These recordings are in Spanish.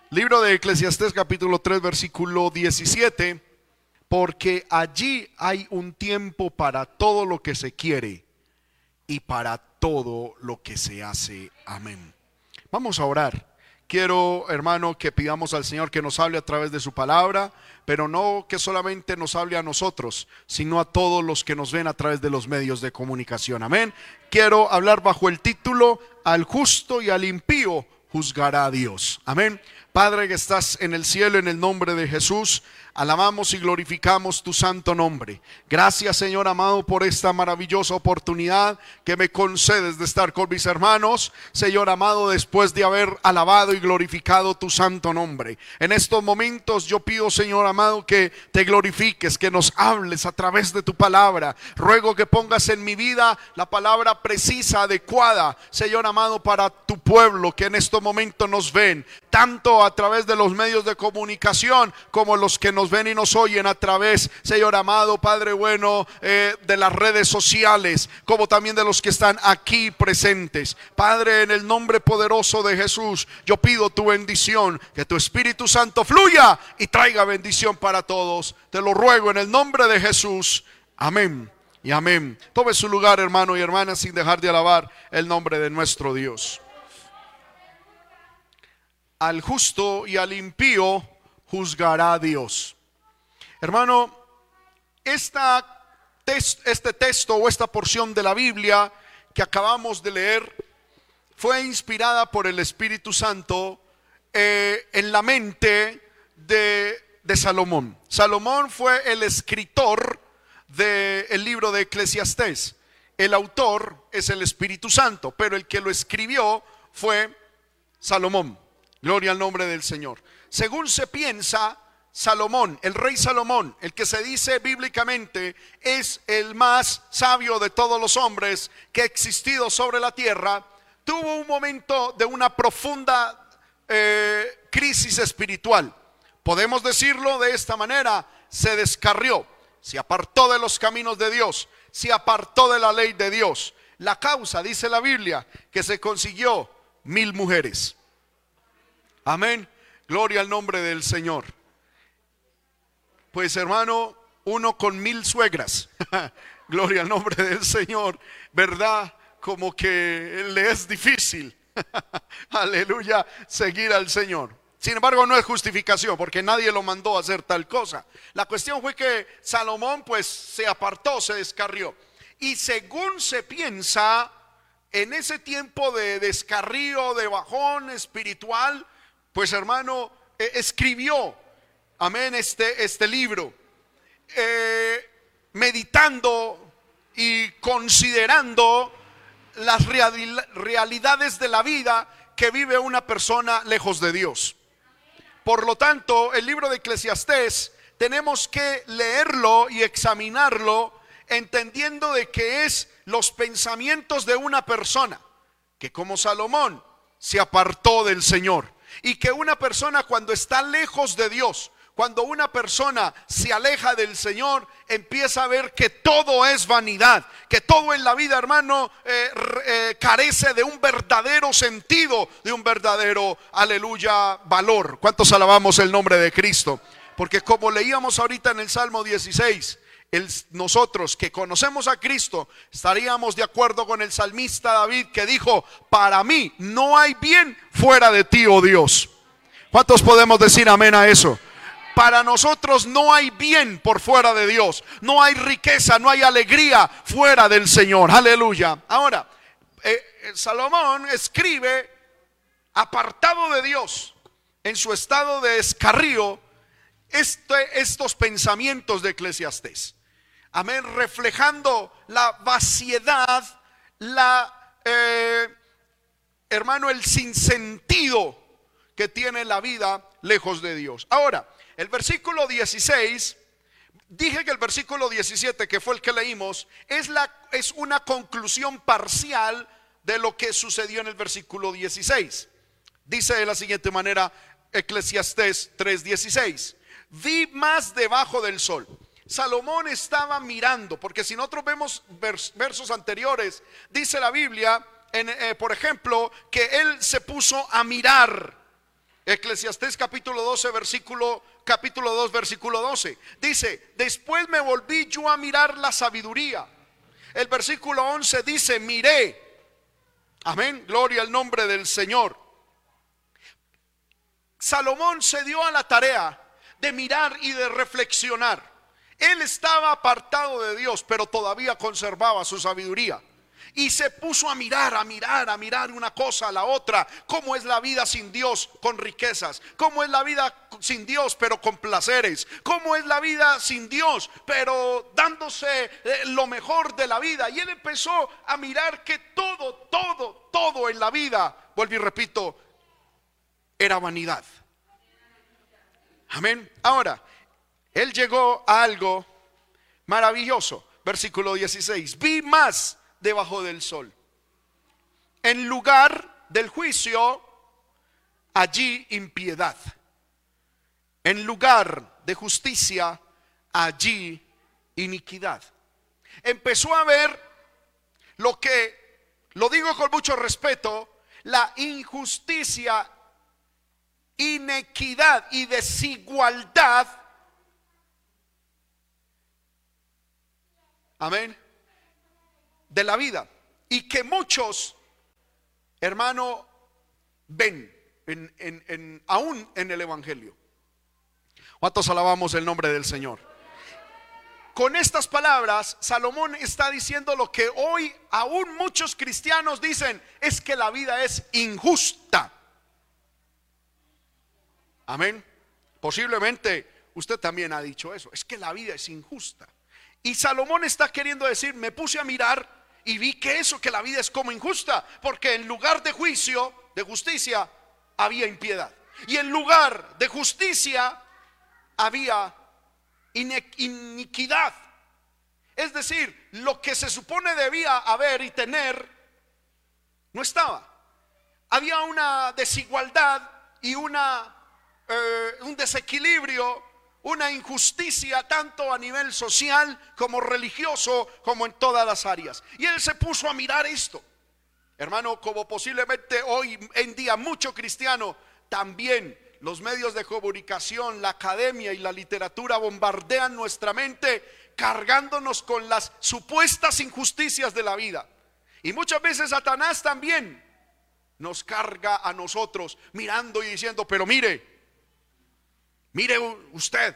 Libro de Eclesiastés capítulo 3 versículo 17. Porque allí hay un tiempo para todo lo que se quiere y para todo lo que se hace. Amén. Vamos a orar. Quiero, hermano, que pidamos al Señor que nos hable a través de su palabra, pero no que solamente nos hable a nosotros, sino a todos los que nos ven a través de los medios de comunicación. Amén. Quiero hablar bajo el título: al justo y al impío juzgará Dios. Amén. Padre que estás en el cielo, en el nombre de Jesús, alabamos y glorificamos tu santo nombre. Gracias, Señor amado, por esta maravillosa oportunidad que me concedes de estar con mis hermanos, Señor amado, después de haber alabado y glorificado tu santo nombre. En estos momentos yo pido, Señor amado, que te glorifiques, que nos hables a través de tu palabra. Ruego que pongas en mi vida la palabra precisa, adecuada, Señor amado, para tu pueblo que en estos momentos nos ven, tanto a través de los medios de comunicación como los que nos ven y nos oyen a través, Señor amado, Padre bueno, de las redes sociales, como también de los que están aquí presentes. Padre, en el nombre poderoso de Jesús, yo pido tu bendición, que tu Espíritu Santo fluya y traiga bendición para todos. Te lo ruego en el nombre de Jesús. Amén y amén. Tome su lugar, hermano y hermana, sin dejar de alabar el nombre de nuestro Dios. Al justo y al impío juzgará Dios. Hermano, este texto o esta porción de la Biblia que acabamos de leer fue inspirada por el Espíritu Santo en la mente de Salomón. Salomón fue el escritor del libro de Eclesiastés. El autor es el Espíritu Santo, pero el que lo escribió fue Salomón. Gloria al nombre del Señor. Según se piensa, Salomón, el rey Salomón, el que se dice bíblicamente es el más sabio de todos los hombres que ha existido sobre la tierra, tuvo un momento de una profunda crisis espiritual. Podemos decirlo de esta manera: se descarrió, se apartó de los caminos de Dios, se apartó de la ley de Dios. La causa, dice la Biblia, que se consiguió 1000 mujeres. Amén, gloria al nombre del Señor. Pues hermano, uno con 1000 suegras, gloria al nombre del Señor, ¿verdad? Como que le es difícil, aleluya, seguir al Señor. Sin embargo, no es justificación, porque nadie lo mandó a hacer tal cosa. La cuestión fue que Salomón pues se apartó, se descarrió. Y según se piensa, en ese tiempo de descarrío, de bajón espiritual, pues hermano, escribió, amén, este libro, meditando y considerando las realidades de la vida que vive una persona lejos de Dios. Por lo tanto, el libro de Eclesiastés tenemos que leerlo y examinarlo, entendiendo de que es los pensamientos de una persona que, como Salomón, se apartó del Señor. Y que una persona, cuando está lejos de Dios, cuando una persona se aleja del Señor, empieza a ver que todo es vanidad, que todo en la vida, hermano, carece de un verdadero sentido, de un verdadero, aleluya, valor. ¿Cuántos alabamos el nombre de Cristo? Porque como leíamos ahorita en el Salmo 16, nosotros que conocemos a Cristo estaríamos de acuerdo con el salmista David, que dijo: para mí no hay bien fuera de ti, oh Dios. ¿Cuántos podemos decir amén a eso? Para nosotros no hay bien por fuera de Dios, no hay riqueza, no hay alegría fuera del Señor, aleluya. Ahora, Salomón escribe apartado de Dios, en su estado de descarrío, estos pensamientos de Eclesiastés. Amén, reflejando la vaciedad, hermano, el sinsentido que tiene la vida lejos de Dios. Ahora, el versículo 16, dije que el versículo 17, que fue el que leímos, es una conclusión parcial de lo que sucedió en el versículo 16. Dice de la siguiente manera Eclesiastés 3:16: vi más debajo del sol. Salomón estaba mirando, porque si nosotros vemos versos anteriores, dice la Biblia, por ejemplo, que él se puso a mirar Eclesiastés capítulo 2 versículo 12. Dice: después me volví yo a mirar la sabiduría. El versículo 11 dice: miré. Amén, gloria al nombre del Señor. Salomón se dio a la tarea de mirar y de reflexionar. Él estaba apartado de Dios, pero todavía conservaba su sabiduría. Y se puso a mirar una cosa a la otra. ¿Cómo es la vida sin Dios con riquezas? ¿Cómo es la vida sin Dios pero con placeres? ¿Cómo es la vida sin Dios pero dándose lo mejor de la vida? Y él empezó a mirar que todo en la vida, vuelvo y repito, era vanidad. Amén. Ahora, él llegó a algo maravilloso. Versículo 16: vi más debajo del sol. En lugar del juicio, allí impiedad. En lugar de justicia, allí iniquidad. Empezó a ver lo que, lo digo con mucho respeto, la injusticia, inequidad y desigualdad. Amén. De la vida, y que muchos, hermano, ven aún en el evangelio. ¿Cuántos alabamos el nombre del Señor? Con estas palabras, Salomón está diciendo lo que hoy aún muchos cristianos dicen: es que la vida es injusta. Amén. Posiblemente usted también ha dicho eso: es que la vida es injusta. Y Salomón está queriendo decir: me puse a mirar y vi que eso, que la vida es como injusta, porque en lugar de juicio, de justicia, había impiedad. Y en lugar de justicia había iniquidad. Es decir, lo que se supone debía haber y tener, no estaba. Había una desigualdad y un desequilibrio, una injusticia tanto a nivel social como religioso, como en todas las áreas. Y él se puso a mirar esto, hermano, como posiblemente hoy en día mucho cristiano también. Los medios de comunicación, la academia y la literatura bombardean nuestra mente, cargándonos con las supuestas injusticias de la vida. Y muchas veces Satanás también nos carga a nosotros mirando y diciendo: pero mire usted,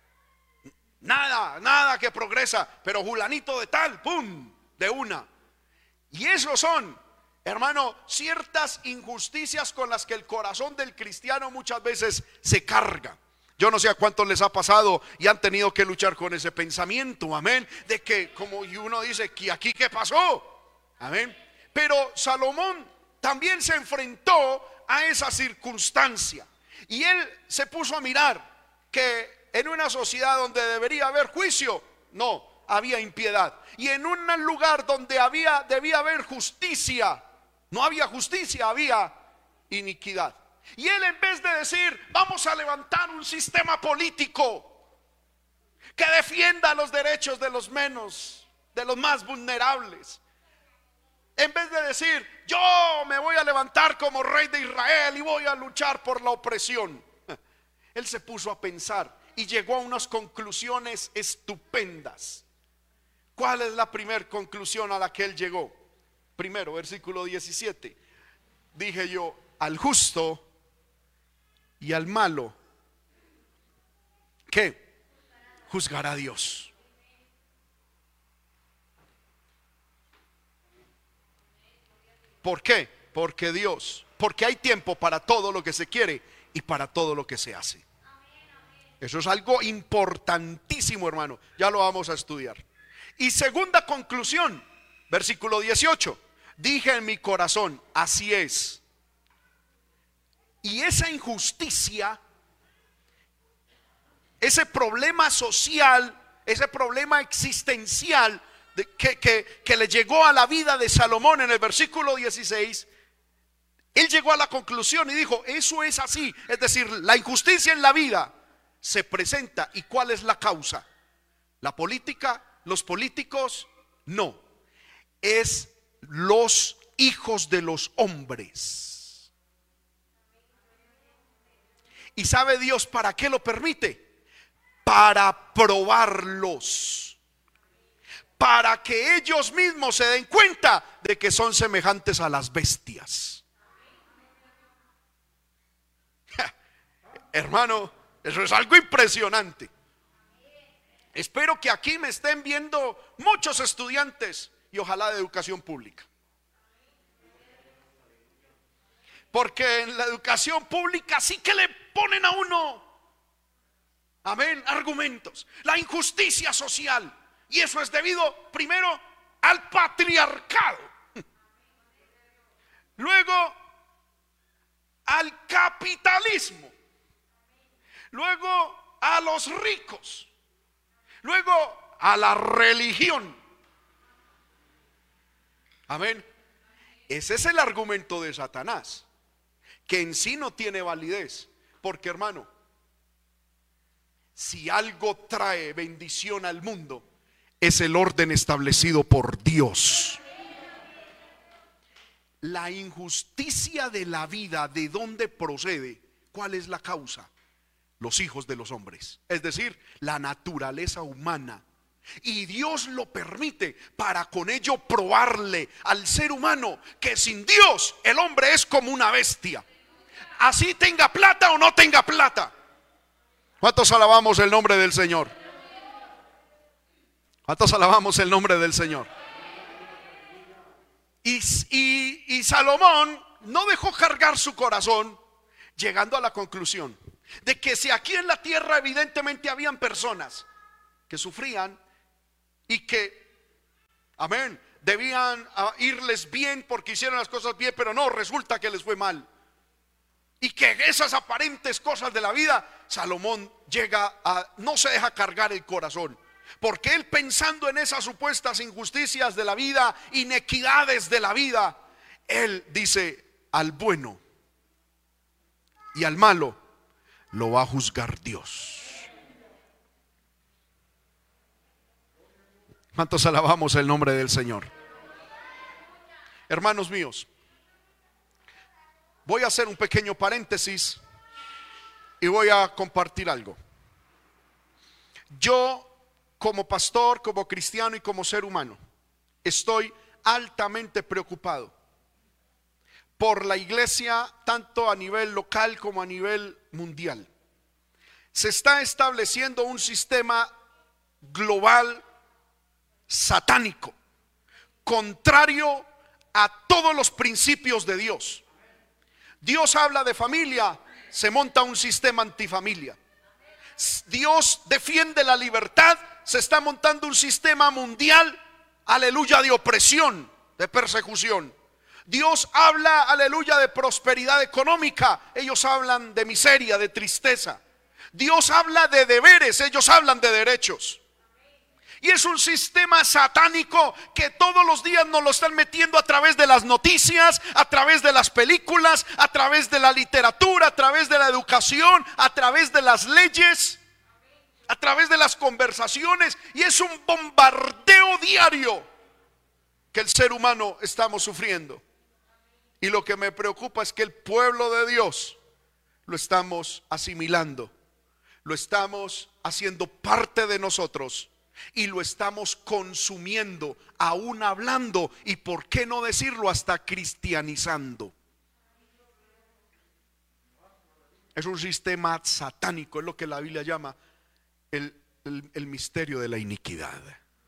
nada que progresa, pero fulanito de tal, pum, de una. Y esos son, hermano, ciertas injusticias con las que el corazón del cristiano muchas veces se carga. Yo no sé a cuántos les ha pasado y han tenido que luchar con ese pensamiento, amén, de que como uno dice: ¿y aquí qué pasó? Amén. Pero Salomón también se enfrentó a esa circunstancia, y él se puso a mirar que en una sociedad donde debería haber juicio, no, había impiedad. Y en un lugar donde debía haber justicia, no había justicia, había iniquidad. Y él, en vez de decir: vamos a levantar un sistema político que defienda los derechos de los menos, de los más vulnerables, en vez de decir: yo me voy a levantar como rey de Israel y voy a luchar por la opresión, él se puso a pensar y llegó a unas conclusiones estupendas. ¿Cuál es la primera conclusión a la que él llegó? Primero, versículo 17. Dije yo: al justo y al malo, ¿qué? Juzgará Dios. ¿Por qué? Porque hay tiempo para todo lo que se quiere y para todo lo que se hace. Eso es algo importantísimo, hermano. Ya lo vamos a estudiar. Y segunda conclusión, versículo 18. Dije en mi corazón: así es. Y esa injusticia, ese problema social, ese problema existencial que le llegó a la vida de Salomón en el versículo 16, él llegó a la conclusión y dijo: eso es así. Es decir, la injusticia en la vida se presenta. ¿Y cuál es la causa? ¿La política? ¿Los políticos? No, es los hijos de los hombres. ¿Y sabe Dios para qué lo permite? Para probarlos, para que ellos mismos se den cuenta de que son semejantes a las bestias. Hermano, eso es algo impresionante. Espero que aquí me estén viendo muchos estudiantes y ojalá de educación pública. Porque en la educación pública sí que le ponen a uno, amén, argumentos. La injusticia social. Y eso es debido primero al patriarcado. Luego al capitalismo. Luego a los ricos. Luego a la religión. Amén. Ese es el argumento de Satanás, que en sí no tiene validez. Porque, hermano, si algo trae bendición al mundo, es el orden establecido por Dios. La injusticia de la vida, ¿de dónde procede? ¿Cuál es la causa? Los hijos de los hombres, es decir, la naturaleza humana. Y Dios lo permite para con ello probarle al ser humano que sin Dios el hombre es como una bestia, así tenga plata o no tenga plata. ¿Cuántos alabamos el nombre del Señor? ¿Cuántos alabamos el nombre del Señor? Y Salomón no dejó cargar su corazón, llegando a la conclusión de que si aquí en la tierra evidentemente habían personas que sufrían y que, amén, debían irles bien porque hicieron las cosas bien, pero no, resulta que les fue mal. Y que esas aparentes cosas de la vida, Salomón no se deja cargar el corazón. Porque él, pensando en esas supuestas injusticias de la vida, inequidades de la vida, él dice: al bueno y al malo lo va a juzgar Dios. ¿Cuántos alabamos el nombre del Señor? Hermanos míos, voy a hacer un pequeño paréntesis y voy a compartir algo. Yo, como pastor, como cristiano y como ser humano, estoy altamente preocupado por la iglesia, tanto a nivel local como a nivel mundial. Se está estableciendo un sistema global satánico, contrario a todos los principios de Dios. Dios habla de familia, se monta un sistema antifamilia. Dios defiende la libertad, se está montando un sistema mundial, aleluya, de opresión, de persecución. Dios habla, aleluya, de prosperidad económica, ellos hablan de miseria, de tristeza. Dios habla de deberes, ellos hablan de derechos. Y es un sistema satánico que todos los días nos lo están metiendo a través de las noticias, a través de las películas, a través de la literatura, a través de la educación, a través de las leyes, a través de las conversaciones. Y es un bombardeo diario que el ser humano estamos sufriendo. Y lo que me preocupa es que el pueblo de Dios lo estamos asimilando, lo estamos haciendo parte de nosotros y lo estamos consumiendo, aún hablando, y por qué no decirlo, hasta cristianizando. Es un sistema satánico, es lo que la Biblia llama el misterio de la iniquidad.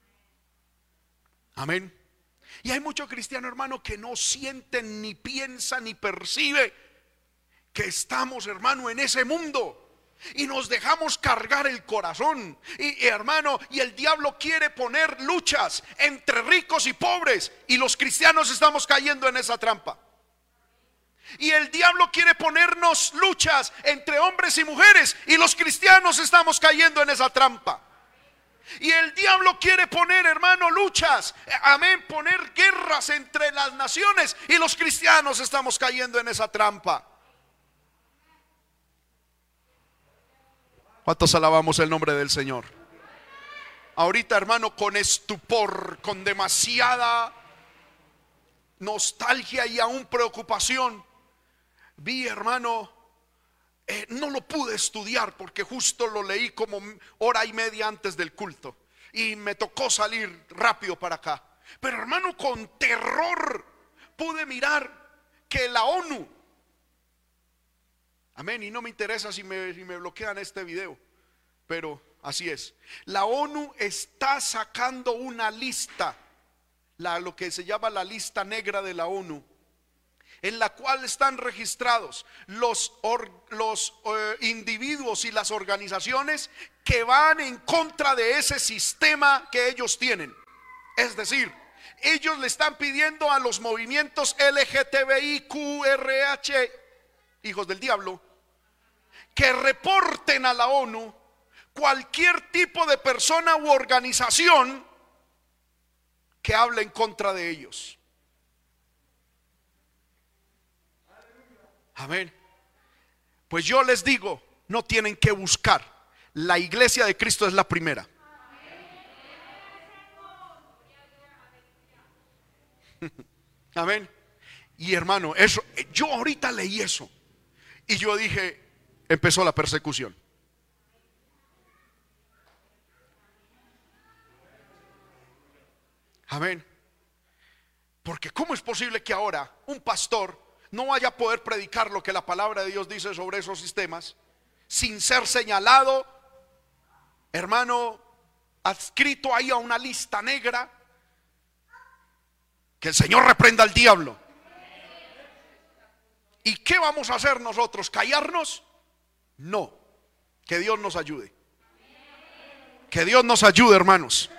Amén. Y hay muchos cristianos, hermano, que no sienten, ni piensan, ni perciben que estamos, hermano, en ese mundo. Y nos dejamos cargar el corazón. Y hermano, y el diablo quiere poner luchas entre ricos y pobres. Y los cristianos estamos cayendo en esa trampa. Y el diablo quiere ponernos luchas entre hombres y mujeres. Y los cristianos estamos cayendo en esa trampa. Y el diablo quiere poner, hermano, luchas, amén, poner guerras entre las naciones. Y los cristianos estamos cayendo en esa trampa. ¿Cuántos alabamos el nombre del Señor? Ahorita, hermano, con estupor, con demasiada nostalgia y aún preocupación, vi, hermano, no lo pude estudiar porque justo lo leí como hora y media antes del culto y me tocó salir rápido para acá. Pero hermano, con terror pude mirar que la ONU, amén, y no me interesa si me bloquean este video, pero así es, la ONU está sacando una lista, lo que se llama la lista negra de la ONU, en la cual están registrados los individuos y las organizaciones que van en contra de ese sistema que ellos tienen. Es decir, ellos le están pidiendo a los movimientos LGTBIQRH, hijos del diablo, que reporten a la ONU cualquier tipo de persona u organización que hable en contra de ellos. Amén. Pues yo les digo, no tienen que buscar. La iglesia de Cristo es la primera. Amén. Y hermano, eso, yo ahorita leí eso y yo dije, empezó la persecución. Amén. Porque ¿cómo es posible que ahora un pastor no vaya a poder predicar lo que la palabra de Dios dice sobre esos sistemas sin ser señalado, hermano, adscrito ahí a una lista negra? Que el Señor reprenda al diablo. ¿Y qué vamos a hacer nosotros? ¿Callarnos? No. Que Dios nos ayude. Que Dios nos ayude, hermanos.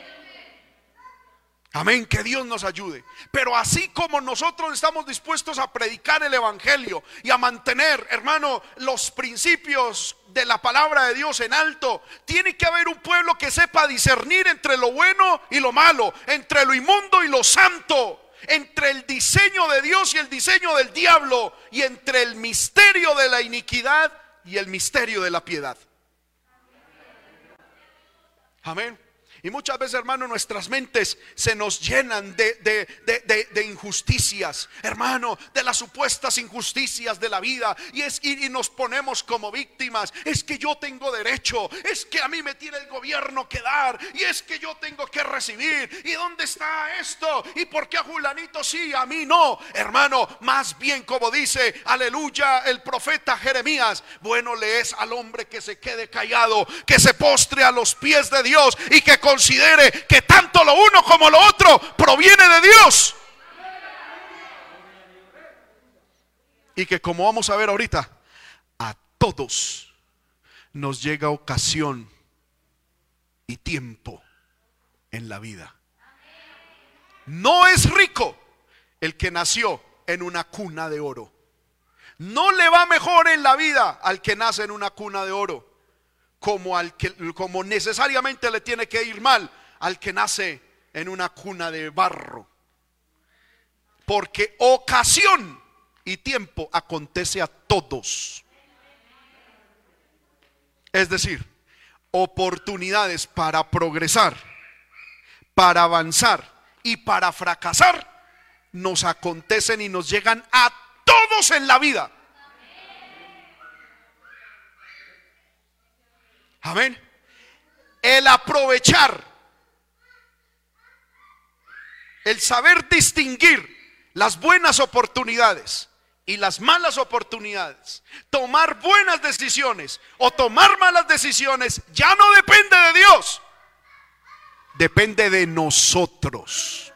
Amén, que Dios nos ayude. Pero así como nosotros estamos dispuestos a predicar el evangelio y a mantener, hermano, los principios de la palabra de Dios en alto, tiene que haber un pueblo que sepa discernir entre lo bueno y lo malo, entre lo inmundo y lo santo, entre el diseño de Dios y el diseño del diablo, y entre el misterio de la iniquidad y el misterio de la piedad. Amén. Y muchas veces, hermano, nuestras mentes se nos llenan de injusticias, hermano, de las supuestas injusticias de la vida. Y nos ponemos como víctimas. Es que yo tengo derecho, es que a mí me tiene el gobierno que dar, y es que yo tengo que recibir. ¿Y dónde está esto? ¿Y por qué a Julanito sí, a mí no? Hermano, más bien como dice, aleluya, el profeta Jeremías: bueno le es al hombre que se quede callado, que se postre a los pies de Dios y que considere que tanto lo uno como lo otro proviene de Dios. Y que, como vamos a ver ahorita, a todos nos llega ocasión y tiempo en la vida. No es rico el que nació en una cuna de oro. No le va mejor en la vida al que nace en una cuna de oro, como necesariamente le tiene que ir mal al que nace en una cuna de barro. Porque ocasión y tiempo acontece a todos. Es decir, oportunidades para progresar, para avanzar y para fracasar nos acontecen y nos llegan a todos en la vida. Amén. El aprovechar, el saber distinguir las buenas oportunidades y las malas oportunidades, tomar buenas decisiones o tomar malas decisiones, ya no depende de Dios, depende de nosotros.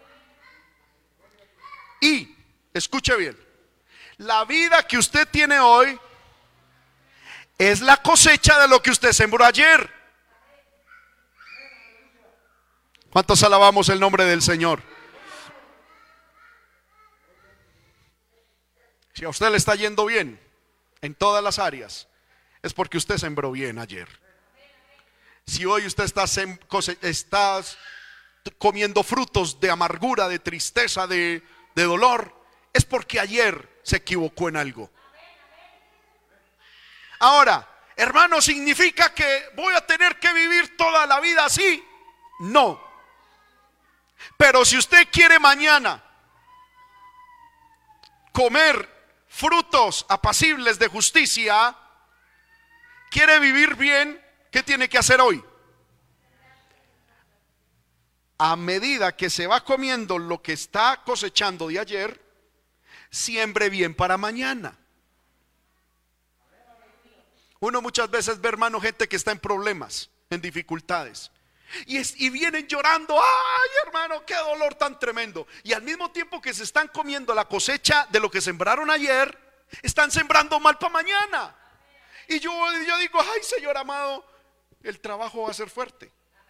Y escuche bien, la vida que usted tiene hoy es la cosecha de lo que usted sembró ayer. ¿Cuántos alabamos el nombre del Señor? Si a usted le está yendo bien en todas las áreas, es porque usted sembró bien ayer. Si hoy usted está comiendo frutos de amargura, de tristeza, de dolor, es porque ayer se equivocó en algo. Ahora, hermano, ¿significa que voy a tener que vivir toda la vida así? No. Pero si usted quiere mañana comer frutos apacibles de justicia, quiere vivir bien, ¿qué tiene que hacer hoy? A medida que se va comiendo lo que está cosechando de ayer, siembre bien para mañana. Uno muchas veces ve, hermano, gente que está en problemas, en dificultades, y vienen llorando, ay hermano, qué dolor tan tremendo. Y al mismo tiempo que se están comiendo la cosecha de lo que sembraron ayer, están sembrando mal para mañana. Y yo digo, ay Señor amado, el trabajo va a ser fuerte.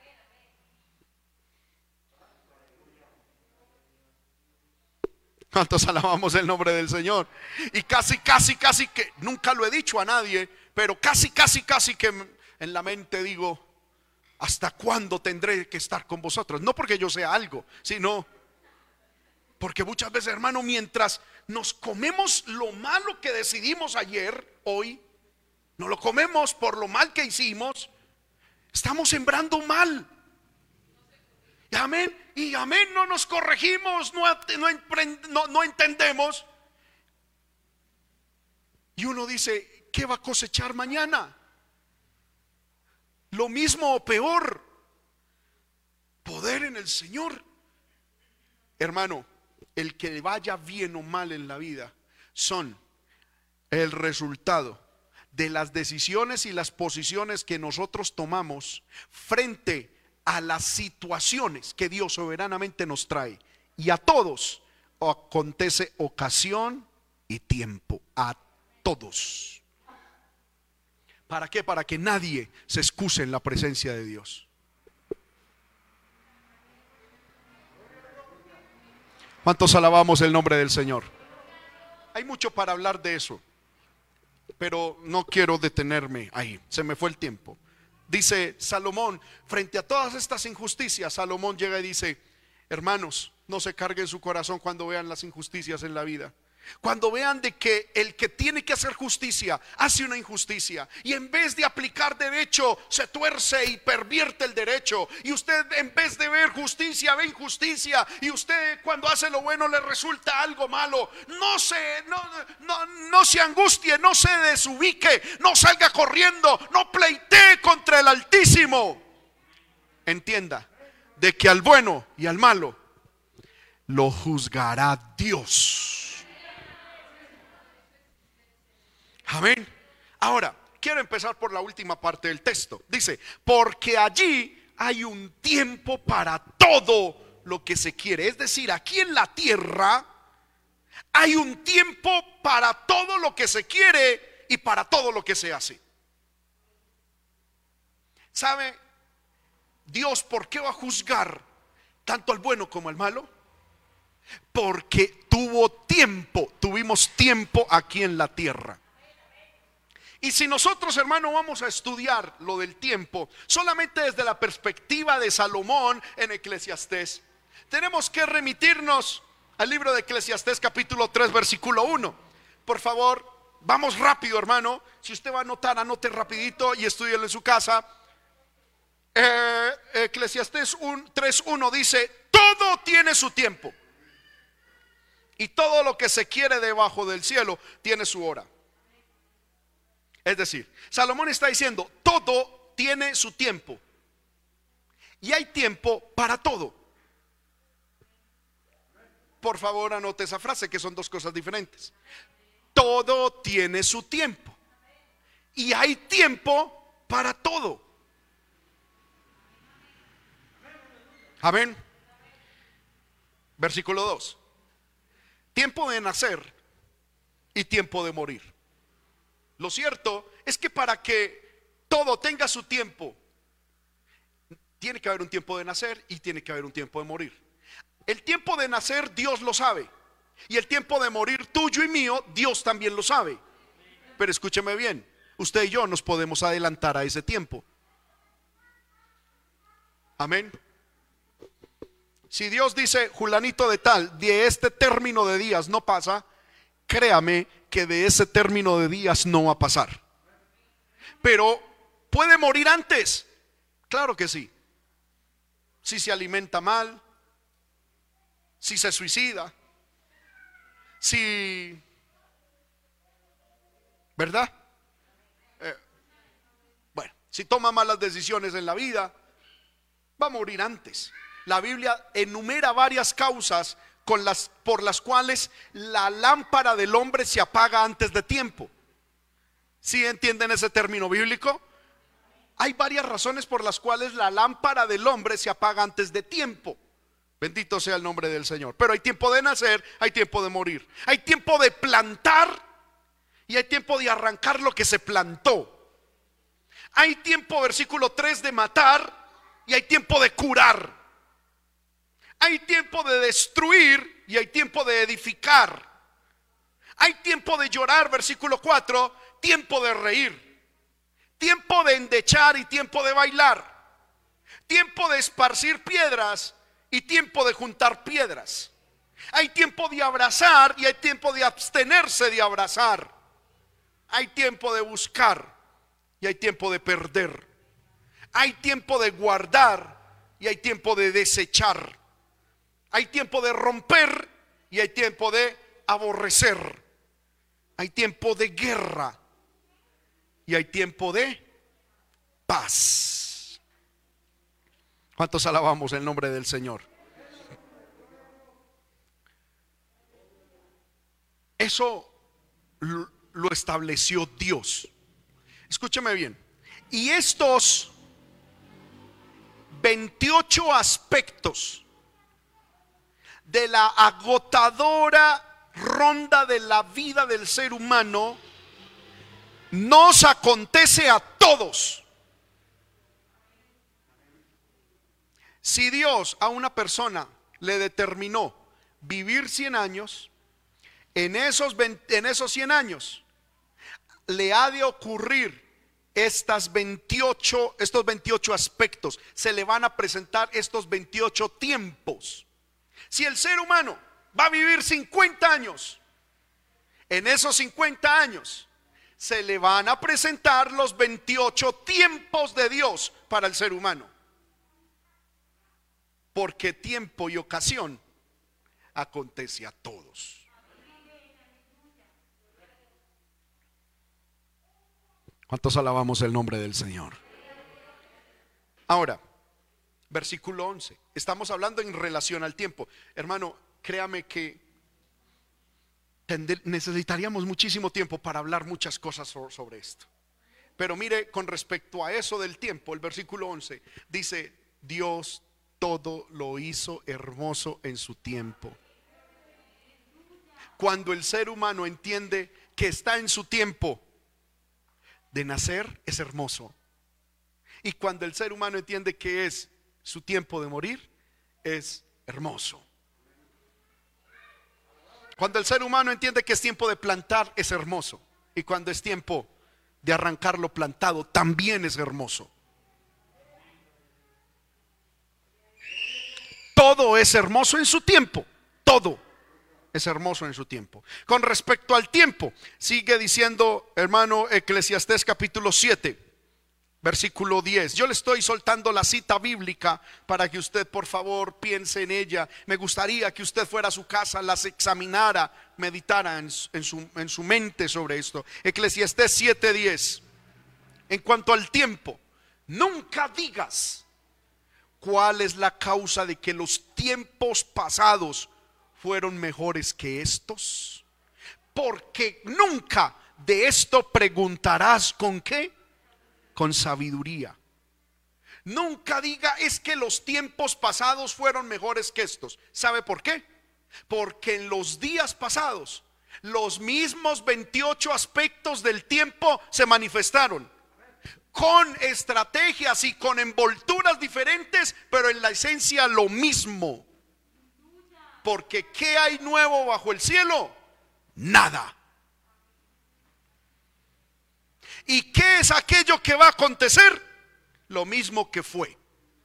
¿Cuántos alabamos el nombre del Señor? Y casi que, nunca lo he dicho a nadie, pero casi que en la mente digo, ¿hasta cuándo tendré que estar con vosotros? No porque yo sea algo, sino porque muchas veces, hermano, mientras nos comemos lo malo que decidimos ayer, hoy, no lo comemos por lo mal que hicimos, estamos sembrando mal. Y amén, no nos corregimos, no entendemos. Y uno dice, ¿qué va a cosechar mañana? Lo mismo o peor. Poder en el Señor. Hermano, el que vaya bien o mal en la vida son el resultado de las decisiones y las posiciones que nosotros tomamos frente a las situaciones que Dios soberanamente nos trae. Y a todos acontece ocasión y tiempo. A todos. ¿Para qué? Para que nadie se excuse en la presencia de Dios. ¿Cuántos alabamos el nombre del Señor? Hay mucho para hablar de eso, pero no quiero detenerme ahí, se me fue el tiempo. Dice Salomón, frente a todas estas injusticias, Salomón llega y dice, hermanos, no se carguen su corazón cuando vean las injusticias en la vida. Cuando vean de que el que tiene que hacer justicia hace una injusticia, y en vez de aplicar derecho se tuerce y pervierte el derecho, y usted en vez de ver justicia ve injusticia, y usted cuando hace lo bueno le resulta algo malo, no se angustie, no se desubique, no salga corriendo, no pleitee contra el Altísimo. Entienda de que al bueno y al malo lo juzgará Dios. Amén. Ahora, quiero empezar por la última parte del texto. Dice, porque allí hay un tiempo para todo lo que se quiere. Es decir, aquí en la tierra hay un tiempo para todo lo que se quiere y para todo lo que se hace. ¿Sabe Dios por qué va a juzgar tanto al bueno como al malo? Porque tuvimos tiempo aquí en la tierra. Y si nosotros, hermano, vamos a estudiar lo del tiempo solamente desde la perspectiva de Salomón en Eclesiastés, tenemos que remitirnos al libro de Eclesiastés capítulo 3 versículo 1. Por favor, vamos rápido, hermano. Si usted va a anotar, anote rapidito y estúdielo en su casa. Eclesiastés 3:1 dice, todo tiene su tiempo, y todo lo que se quiere debajo del cielo tiene su hora. Es decir, Salomón está diciendo, todo tiene su tiempo, y hay tiempo para todo. Por favor, anote esa frase, que son dos cosas diferentes. Todo tiene su tiempo, y hay tiempo para todo. Amén. Versículo 2. Tiempo de nacer y tiempo de morir. Lo cierto es que para que todo tenga su tiempo, tiene que haber un tiempo de nacer y tiene que haber un tiempo de morir. El tiempo de nacer Dios lo sabe, y el tiempo de morir tuyo y mío Dios también lo sabe. Pero escúcheme bien, usted y yo nos podemos adelantar a ese tiempo. Amén. Si Dios dice, Julanito de tal, de este término de días no pasa, créame que de ese término de días no va a pasar. Pero puede morir antes, claro que sí. Si se alimenta mal, si se suicida, si ¿verdad? Eh, bueno, si toma malas decisiones en la vida, va a morir antes. La Biblia enumera varias causas por las cuales la lámpara del hombre se apaga antes de tiempo. ¿Sí entienden ese término bíblico? Hay varias razones por las cuales la lámpara del hombre se apaga antes de tiempo. Bendito sea el nombre del Señor. Pero hay tiempo de nacer, hay tiempo de morir. Hay tiempo de plantar y hay tiempo de arrancar lo que se plantó. Hay tiempo, versículo 3, de matar y hay tiempo de curar. Hay tiempo de destruir y hay tiempo de edificar. Hay tiempo de llorar, versículo 4, tiempo de reír. Tiempo de endechar y tiempo de bailar. Tiempo de esparcir piedras y tiempo de juntar piedras. Hay tiempo de abrazar y hay tiempo de abstenerse de abrazar. Hay tiempo de buscar y hay tiempo de perder. Hay tiempo de guardar y hay tiempo de desechar. Hay tiempo de romper y hay tiempo de aborrecer. Hay tiempo de guerra y hay tiempo de paz. ¿Cuántos alabamos el nombre del Señor? Eso lo estableció Dios. Escúcheme bien. Y estos 28 aspectos de la agotadora ronda de la vida del ser humano nos acontece a todos. Si Dios a una persona le determinó vivir 100 años, en esos 100 años le ha de ocurrir estos 28 aspectos. Se le van a presentar estos 28 tiempos. Si el ser humano va a vivir 50 años, en esos 50 años se le van a presentar los 28 tiempos de Dios para el ser humano. Porque tiempo y ocasión acontece a todos. ¿Cuántos alabamos el nombre del Señor? Ahora, versículo 11. Estamos hablando en relación al tiempo. Hermano, créame que necesitaríamos muchísimo tiempo para hablar muchas cosas sobre esto. Pero mire, con respecto a eso del tiempo, el versículo 11 dice: Dios todo lo hizo hermoso en su tiempo. Cuando el ser humano entiende que está en su tiempo de nacer, es hermoso. Y cuando el ser humano entiende que es su tiempo de morir, es hermoso. Cuando el ser humano entiende que es tiempo de plantar, es hermoso. Y cuando es tiempo de arrancar lo plantado, también es hermoso. Todo es hermoso en su tiempo. Todo es hermoso en su tiempo. Con respecto al tiempo, sigue diciendo, hermano, Eclesiastés capítulo 7, versículo 10. Yo le estoy soltando la cita bíblica para que usted, por favor, piense en ella. Me gustaría que usted fuera a su casa, las examinara, meditara en su mente sobre esto. Eclesiastés 7:10. En cuanto al tiempo, nunca digas cuál es la causa de que los tiempos pasados fueron mejores que estos, porque nunca de esto preguntarás con qué, con sabiduría. Nunca diga es que los tiempos pasados fueron mejores que estos. ¿Sabe por qué? Porque en los días pasados los mismos 28 aspectos del tiempo se manifestaron, con estrategias y con envolturas diferentes, pero en la esencia lo mismo. Porque ¿qué hay nuevo bajo el cielo? Nada. ¿Y qué es aquello que va a acontecer? Lo mismo que fue.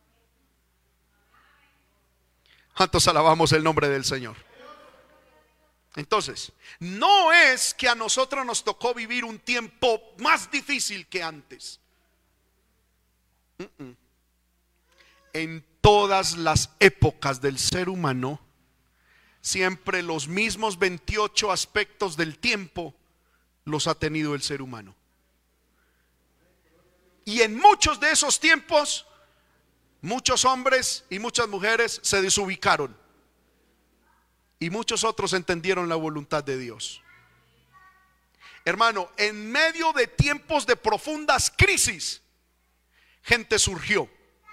¿Cuántos alabamos el nombre del Señor? Entonces, no es que a nosotros nos tocó vivir un tiempo más difícil que antes. En todas las épocas del ser humano, siempre los mismos 28 aspectos del tiempo los ha tenido el ser humano. Y en muchos de esos tiempos, muchos hombres y muchas mujeres se desubicaron. Y muchos otros entendieron la voluntad de Dios. Hermano, en medio de tiempos de profundas crisis, gente surgió.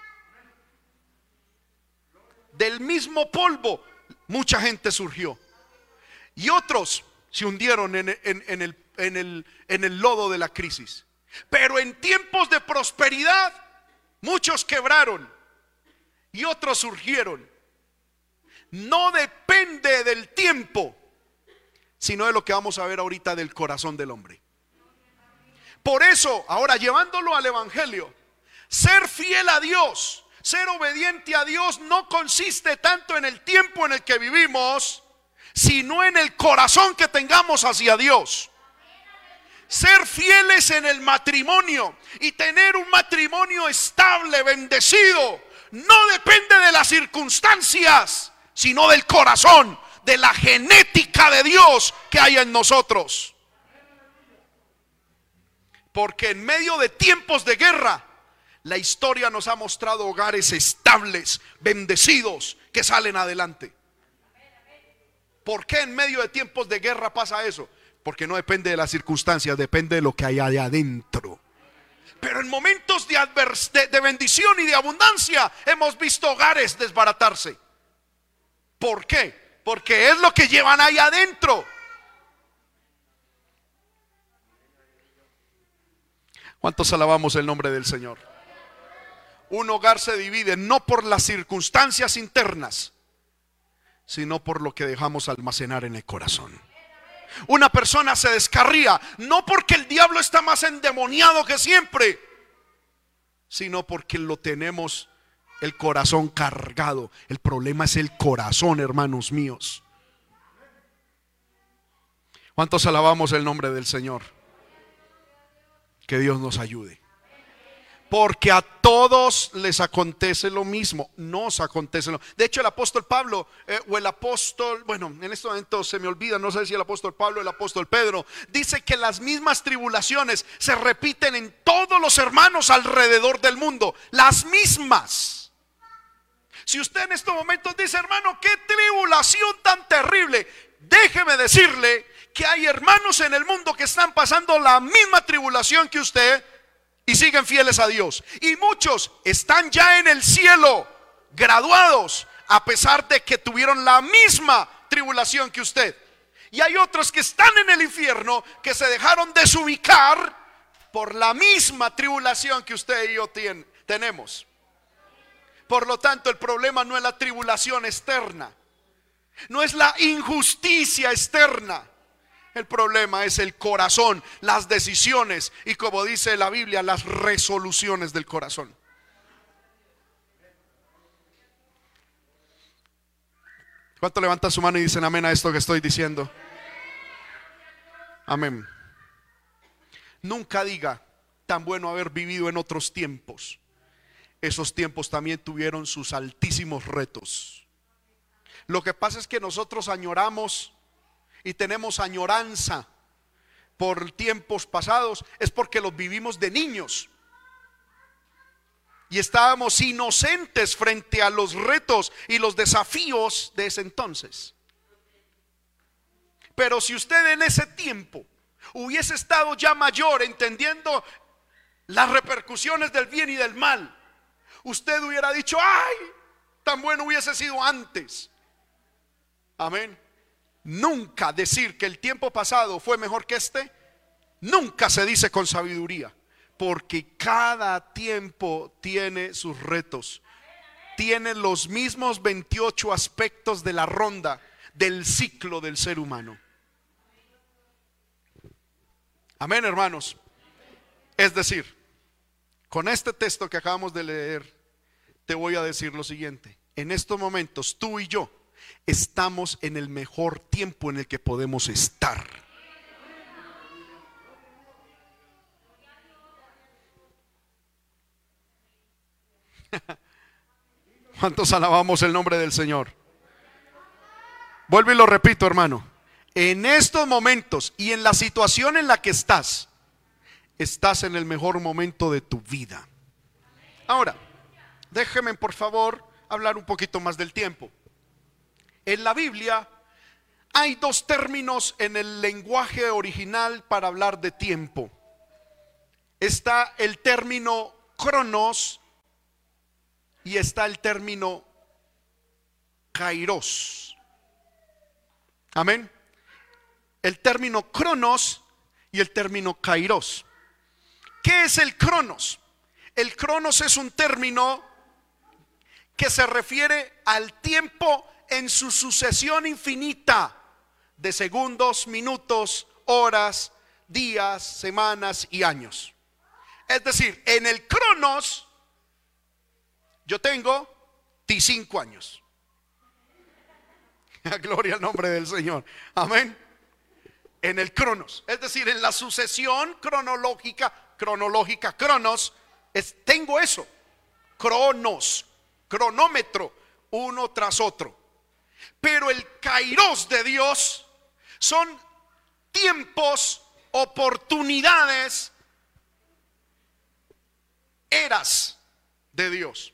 Del mismo polvo, mucha gente surgió. Y otros se hundieron en el lodo de la crisis. Pero en tiempos de prosperidad, muchos quebraron y otros surgieron. No depende del tiempo, sino de lo que vamos a ver ahorita del corazón del hombre. Por eso, ahora llevándolo al evangelio, ser fiel a Dios, ser obediente a Dios no consiste tanto en el tiempo en el que vivimos, sino en el corazón que tengamos hacia Dios. Ser fieles en el matrimonio y tener un matrimonio estable, bendecido, no depende de las circunstancias, sino del corazón, de la genética de Dios que hay en nosotros. Porque en medio de tiempos de guerra, la historia nos ha mostrado hogares estables, bendecidos, que salen adelante. ¿Por qué en medio de tiempos de guerra pasa eso? Porque no depende de las circunstancias, depende de lo que hay allá adentro. Pero en momentos de bendición y de abundancia hemos visto hogares desbaratarse. ¿Por qué? Porque es lo que llevan ahí adentro. ¿Cuántos alabamos el nombre del Señor? Un hogar se divide no por las circunstancias internas, sino por lo que dejamos almacenar en el corazón. Una persona se descarría no porque el diablo está más endemoniado que siempre, sino porque lo tenemos el corazón cargado. El problema es el corazón, hermanos míos. ¿Cuántos alabamos el nombre del Señor? Que Dios nos ayude. Porque a todos les acontece lo mismo. Nos acontece lo mismo. De hecho, el apóstol Pablo o el apóstol, bueno, en este momento se me olvida, no sé si el apóstol Pablo o el apóstol Pedro, dice que las mismas tribulaciones se repiten en todos los hermanos alrededor del mundo. Las mismas. Si usted en estos momentos dice, hermano, qué tribulación tan terrible, déjeme decirle que hay hermanos en el mundo que están pasando la misma tribulación que usted y siguen fieles a Dios. Y muchos están ya en el cielo, graduados, a pesar de que tuvieron la misma tribulación que usted. Y hay otros que están en el infierno, que se dejaron desubicar por la misma tribulación que usted y yo tenemos. Por lo tanto, el problema no es la tribulación externa, no es la injusticia externa. El problema es el corazón, las decisiones y, como dice la Biblia, las resoluciones del corazón. ¿Cuánto levantan su mano y dicen amén a esto que estoy diciendo? Amén. Nunca diga, tan bueno haber vivido en otros tiempos. Esos tiempos también tuvieron sus altísimos retos. Lo que pasa es que nosotros añoramos y tenemos añoranza por tiempos pasados, es porque los vivimos de niños y estábamos inocentes frente a los retos y los desafíos de ese entonces. Pero si usted en ese tiempo hubiese estado ya mayor, entendiendo las repercusiones del bien y del mal, usted hubiera dicho, ay, tan bueno hubiese sido antes. Amén. Nunca decir que el tiempo pasado fue mejor que este, nunca se dice con sabiduría, porque cada tiempo tiene sus retos, tiene los mismos 28 aspectos de la ronda del ciclo del ser humano. Amén, hermanos. Es decir, con este texto que acabamos de leer, te voy a decir lo siguiente: en estos momentos tú y yo estamos en el mejor tiempo en el que podemos estar. ¿Cuántos alabamos el nombre del Señor? Vuelvo y lo repito, hermano. en estos momentos y en la situación en la que estás en el mejor momento de tu vida. Ahora, déjeme por favor hablar un poquito más del tiempo. En la Biblia hay dos términos en el lenguaje original para hablar de tiempo. Está el término cronos y está el término kairos. Amén. El término cronos y el término kairos. ¿Qué es el cronos? El cronos es un término que se refiere al tiempo en su sucesión infinita de segundos, minutos, horas, días, semanas y años. Es decir, en el cronos yo tengo 5 años. Gloria al nombre del Señor. Amén. En el cronos, es decir, en la sucesión cronológica, cronos, tengo eso. Cronos, cronómetro, uno tras otro. Pero el kairos de Dios son tiempos, oportunidades, eras de Dios.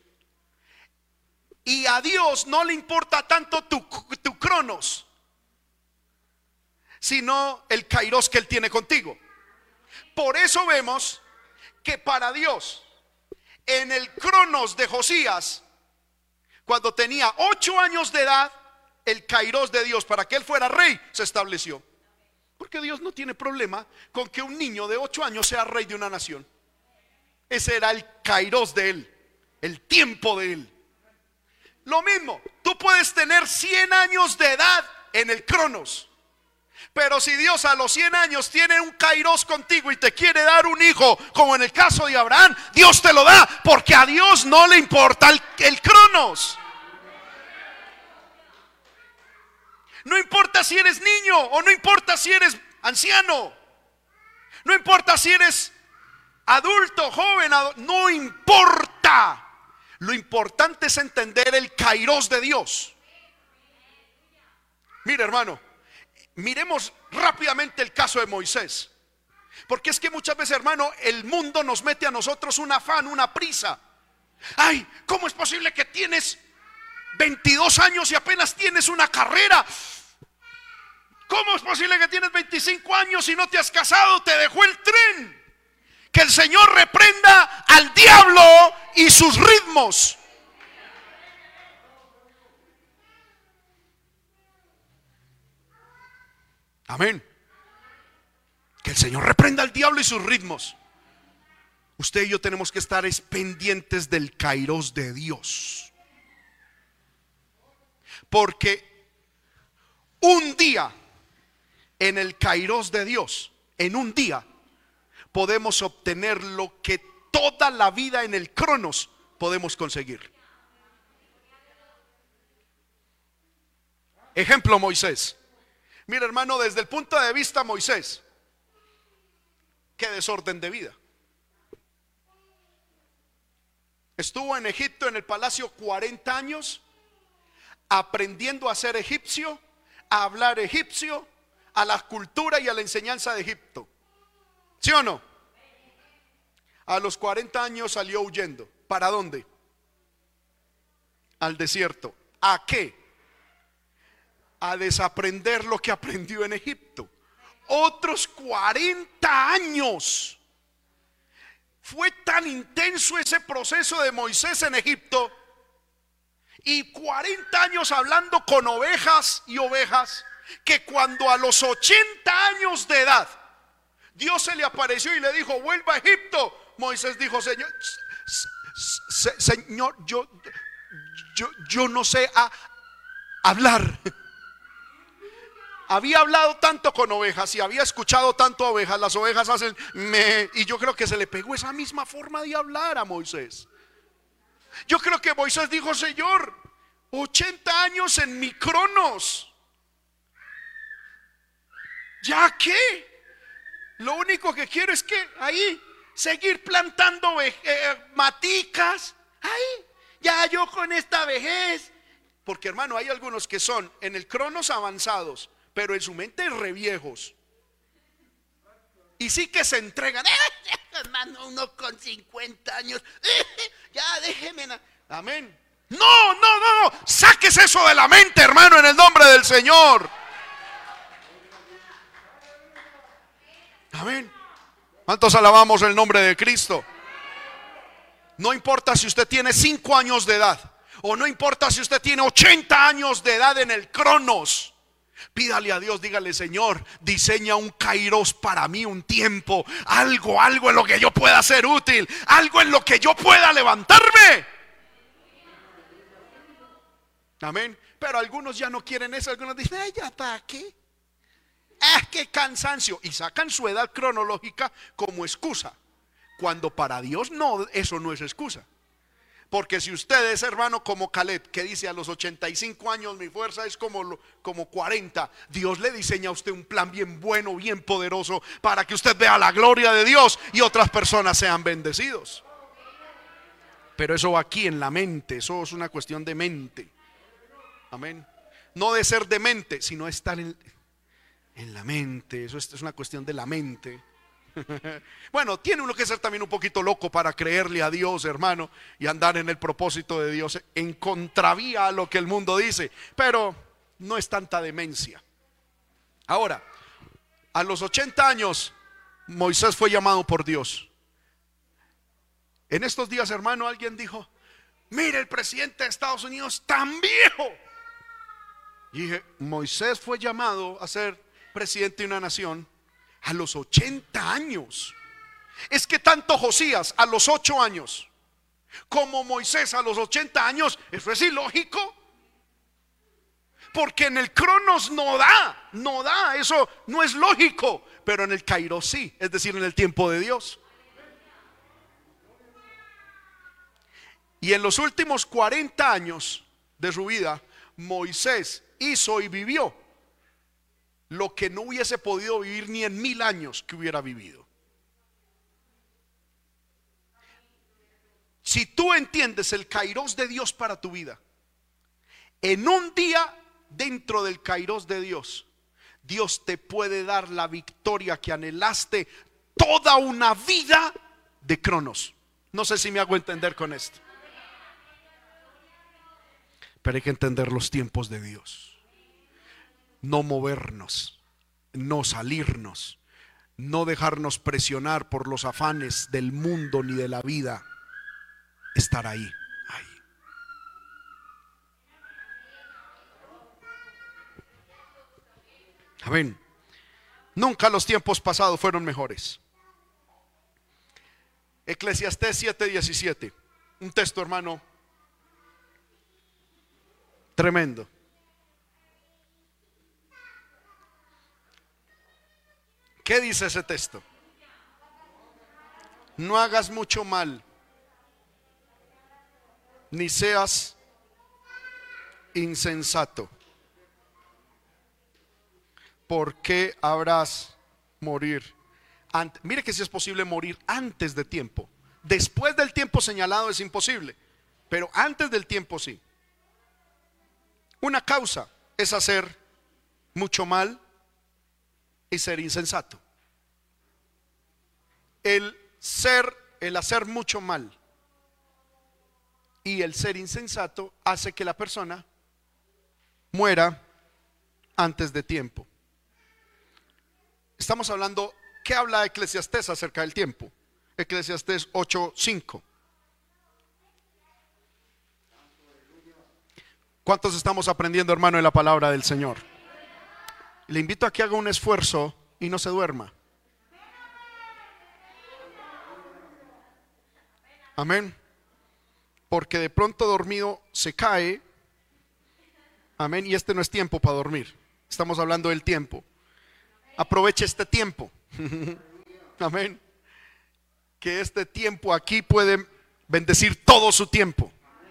Y a Dios no le importa tanto tu cronos, sino el kairos que Él tiene contigo. Por eso vemos que para Dios, en el cronos de Josías, cuando tenía 8 años de edad, el kairos de Dios para que él fuera rey se estableció. Porque Dios no tiene problema con que un niño de 8 años sea rey de una nación. Ese era el kairos de él, el tiempo de él. Lo mismo, tú puedes tener 100 años de edad en el cronos, pero si Dios a los 100 años tiene un kairos contigo y te quiere dar un hijo, como en el caso de Abraham, Dios te lo da, porque a Dios no le importa el cronos. No importa si eres niño o no importa si eres anciano, no importa si eres adulto, joven, no importa. Lo importante es entender el kairos de Dios. Mire, hermano, miremos rápidamente el caso de Moisés, porque es que muchas veces, hermano, el mundo nos mete a nosotros un afán, una prisa. Ay, ¿cómo es posible que tienes 22 años y apenas tienes una carrera? ¿Cómo es posible que tienes 25 años y no te has casado? Te dejó el tren. Que el Señor reprenda al diablo y sus ritmos. Amén. Que el Señor reprenda al diablo y sus ritmos. Usted y yo tenemos que estar pendientes del kairos de Dios. Porque un día en el kairos de Dios, en un día podemos obtener lo que toda la vida en el cronos podemos conseguir. Ejemplo, Moisés. Mira, hermano, desde el punto de vista de Moisés, qué desorden de vida. Estuvo en Egipto, en el palacio 40 años, aprendiendo a ser egipcio, a hablar egipcio, a la cultura y a la enseñanza de Egipto. ¿Sí o no? A los 40 años salió huyendo. ¿Para dónde? Al desierto. ¿A qué? A desaprender lo que aprendió en Egipto. Otros 40 años. Fue tan intenso ese proceso de Moisés en Egipto, y 40 años hablando con ovejas y ovejas, que cuando a los 80 años de edad Dios se le apareció y le dijo: vuelva a Egipto. Moisés dijo: Señor, yo no sé hablar. Había hablado tanto con ovejas y había escuchado tanto a ovejas. Las ovejas hacen me, y yo creo que se le pegó esa misma forma de hablar a Moisés. Yo creo que Moisés dijo: Señor, 80 años en mi cronos, ¿ya qué? Lo único que quiero es que ahí seguir plantando maticas. Ay, ya yo con esta vejez. Porque, hermano, hay algunos que son en el cronos avanzados, pero en su mente re viejos. Y sí que se entregan. Hermano, uno con 50 años. Ya déjeme. Amén. No, no, no, no. Sáquese eso de la mente, hermano, en el nombre del Señor. Amén. ¿Cuántos alabamos el nombre de Cristo? No importa si usted tiene 5 años de edad, o no importa si usted tiene 80 años de edad en el Cronos. Pídale a Dios, dígale: Señor, diseña un kairos para mí, un tiempo, algo en lo que yo pueda ser útil, algo en lo que yo pueda levantarme. Amén. Pero algunos ya no quieren eso. Algunos dicen: ya para qué, qué cansancio, y sacan su edad cronológica como excusa, cuando para Dios no, eso no es excusa. Porque si usted es, hermano, como Caleb, que dice: a los 85 años mi fuerza es como 40, Dios le diseña a usted un plan bien bueno, bien poderoso, para que usted vea la gloria de Dios y otras personas sean bendecidos. Pero eso va aquí en la mente, eso es una cuestión de mente. Amén. No de ser demente, sino de estar en la mente. Eso es una cuestión de la mente. Bueno, tiene uno que ser también un poquito loco para creerle a Dios, hermano, y andar en el propósito de Dios en contravía a lo que el mundo dice, pero no es tanta demencia. Ahora, a los 80 años Moisés fue llamado por Dios. En estos días, hermano, alguien dijo: mire, el presidente de Estados Unidos tan viejo. Y dije: Moisés fue llamado a ser presidente de una nación a los 80 años. Es que tanto Josías a los 8 años como Moisés a los 80 años, eso es ilógico. Porque en el Cronos no da, eso no es lógico. Pero en el Kairos sí, es decir, en el tiempo de Dios. Y en los últimos 40 años de su vida, Moisés hizo y vivió lo que no hubiese podido vivir ni en 1000 años que hubiera vivido. Si tú entiendes el kairos de Dios para tu vida, en un día dentro del kairos de Dios, Dios te puede dar la victoria que anhelaste toda una vida de Cronos. No sé si me hago entender con esto, pero hay que entender los tiempos de Dios. No movernos, no salirnos, no dejarnos presionar por los afanes del mundo ni de la vida. Estar ahí. Amén. Nunca los tiempos pasados fueron mejores. Eclesiastés 7:17. Un texto, hermano, tremendo. ¿Qué dice ese texto? No hagas mucho mal, ni seas insensato, porque habrás morir antes. Mire que si es posible morir antes de tiempo. Después del tiempo señalado es imposible, pero antes del tiempo sí. Una causa es hacer mucho mal y ser insensato. El hacer mucho mal y el ser insensato hace que la persona muera antes de tiempo. Estamos hablando, ¿qué habla Eclesiastés acerca del tiempo? Eclesiastés 8:5. ¿Cuántos estamos aprendiendo, hermano, de la palabra del Señor? Le invito a que haga un esfuerzo y no se duerma. Amén. Porque de pronto dormido se cae. Amén. Y este no es tiempo para dormir. Estamos hablando del tiempo. Aproveche este tiempo. Amén. Que este tiempo aquí puede bendecir todo su tiempo.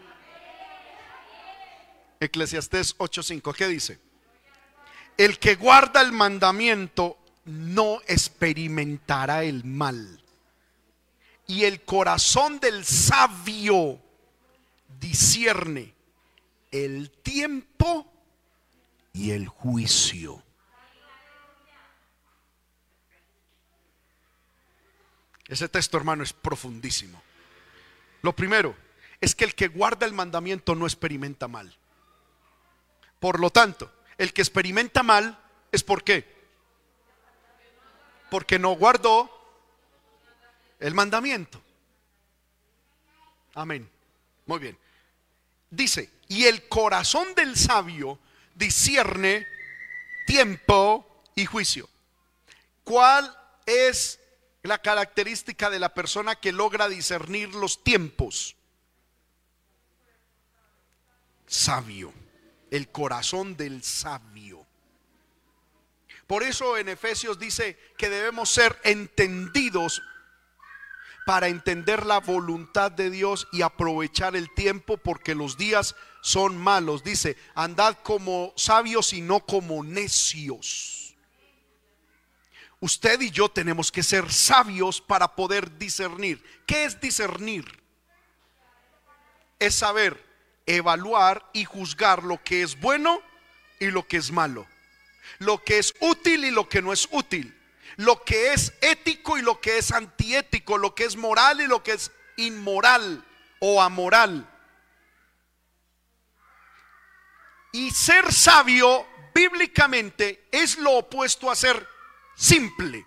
Eclesiastés 8:5. ¿Qué dice? El que guarda el mandamiento no experimentará el mal, y el corazón del sabio discierne el tiempo y el juicio. Ese texto, hermano, es profundísimo. Lo primero es que el que guarda el mandamiento no experimenta mal. Por lo tanto, el que experimenta mal es ¿por qué? Porque no guardó el mandamiento. Amén. Muy bien. Dice, y el corazón del sabio discierne tiempo y juicio. ¿Cuál es la característica de la persona que logra discernir los tiempos? Sabio. El corazón del sabio. Por eso en Efesios dice que debemos ser entendidos para entender la voluntad de Dios y aprovechar el tiempo, porque los días son malos. Dice, andad como sabios y no como necios. Usted y yo tenemos que ser sabios para poder discernir. ¿Qué es discernir? Es saber evaluar y juzgar lo que es bueno y lo que es malo, lo que es útil y lo que no es útil, lo que es ético y lo que es antiético, lo que es moral y lo que es inmoral o amoral. Y ser sabio bíblicamente es lo opuesto a ser simple.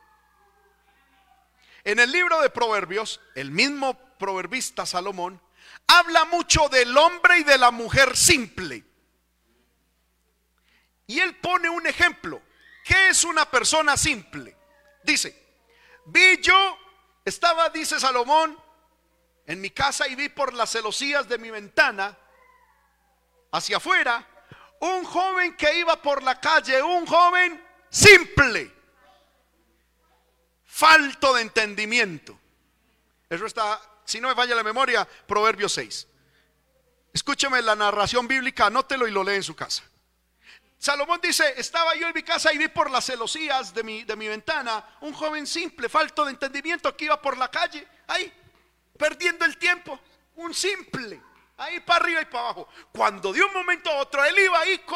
En el libro de Proverbios, el mismo proverbista Salomón habla mucho del hombre y de la mujer simple. Y él pone un ejemplo. ¿Qué es una persona simple? Dice, dice Salomón, en mi casa y vi por las celosías de mi ventana hacia afuera un joven que iba por la calle, un joven simple, falto de entendimiento. Eso está, si no me falla la memoria, Proverbios 6. Escúcheme la narración bíblica, anótelo y lo lee en su casa. Salomón dice, estaba yo en mi casa y vi por las celosías de mi ventana un joven simple, falto de entendimiento, que iba por la calle, ahí, perdiendo el tiempo. Un simple, ahí para arriba y para abajo. Cuando de un momento a otro él iba ahí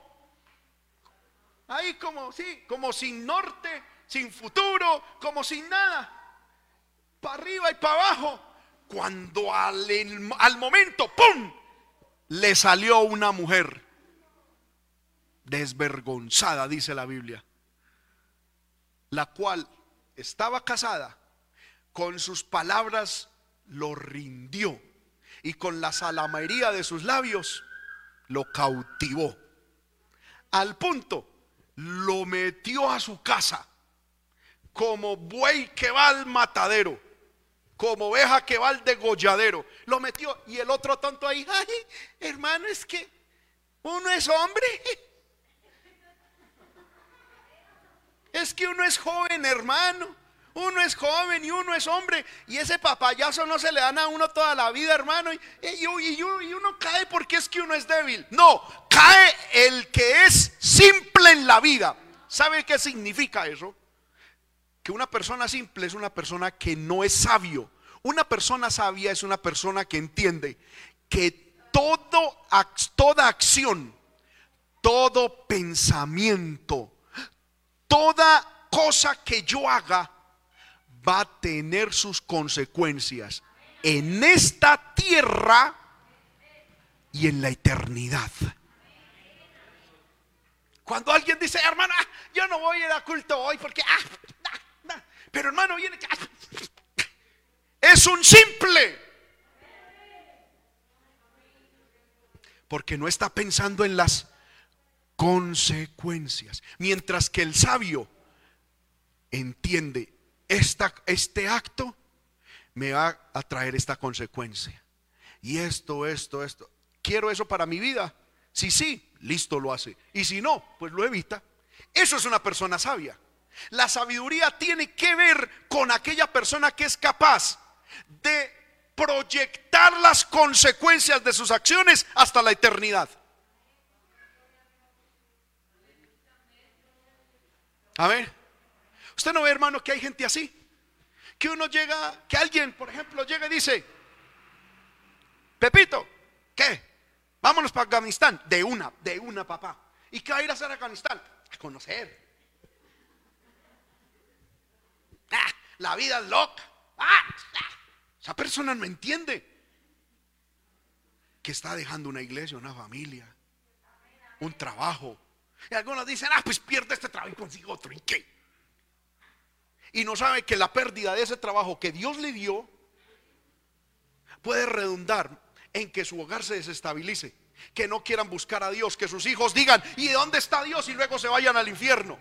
como sin norte, sin futuro, como sin nada, para arriba y para abajo. Cuando al momento, ¡pum!, le salió una mujer desvergonzada, dice la Biblia, la cual estaba casada, con sus palabras lo rindió y con la salamería de sus labios lo cautivó, al punto lo metió a su casa como buey que va al matadero, como oveja que va al degolladero. Lo metió, y el otro tonto ahí, ay, hermano, es que uno es hombre. Es que uno es joven, hermano. Uno es joven y uno es hombre. Y ese papayazo no se le dan a uno toda la vida, hermano. Y uno cae porque es que uno es débil. No, cae el que es simple en la vida. ¿Sabe qué significa eso? Que una persona simple es una persona que no es sabio. Una persona sabia es una persona que entiende que toda acción, todo pensamiento, toda cosa que yo haga va a tener sus consecuencias en esta tierra y en la eternidad. Cuando alguien dice, hermano, yo no voy a ir a culto hoy porque pero hermano viene, es un simple, porque no está pensando en las consecuencias, mientras que el sabio entiende, este acto me va a traer esta consecuencia, y esto, quiero eso para mi vida. Si sí, listo, lo hace, y si no, pues lo evita. Eso es una persona sabia. La sabiduría tiene que ver con aquella persona que es capaz de proyectar las consecuencias de sus acciones hasta la eternidad. A ver, usted no ve, hermano, que hay gente así, que uno llega, que alguien, por ejemplo, llega y dice, Pepito, ¿qué? Vámonos para Afganistán. De una, papá. ¿Y qué va a ir a hacer a Afganistán? A conocer. la vida es loca. ¡Ah! Esa persona no entiende que está dejando una iglesia, una familia, un trabajo. Y algunos dicen, pues pierde este trabajo y consigue otro. ¿Y qué? Y no sabe que la pérdida de ese trabajo que Dios le dio puede redundar en que su hogar se desestabilice, que no quieran buscar a Dios, que sus hijos digan, ¿y dónde está Dios? Y luego se vayan al infierno.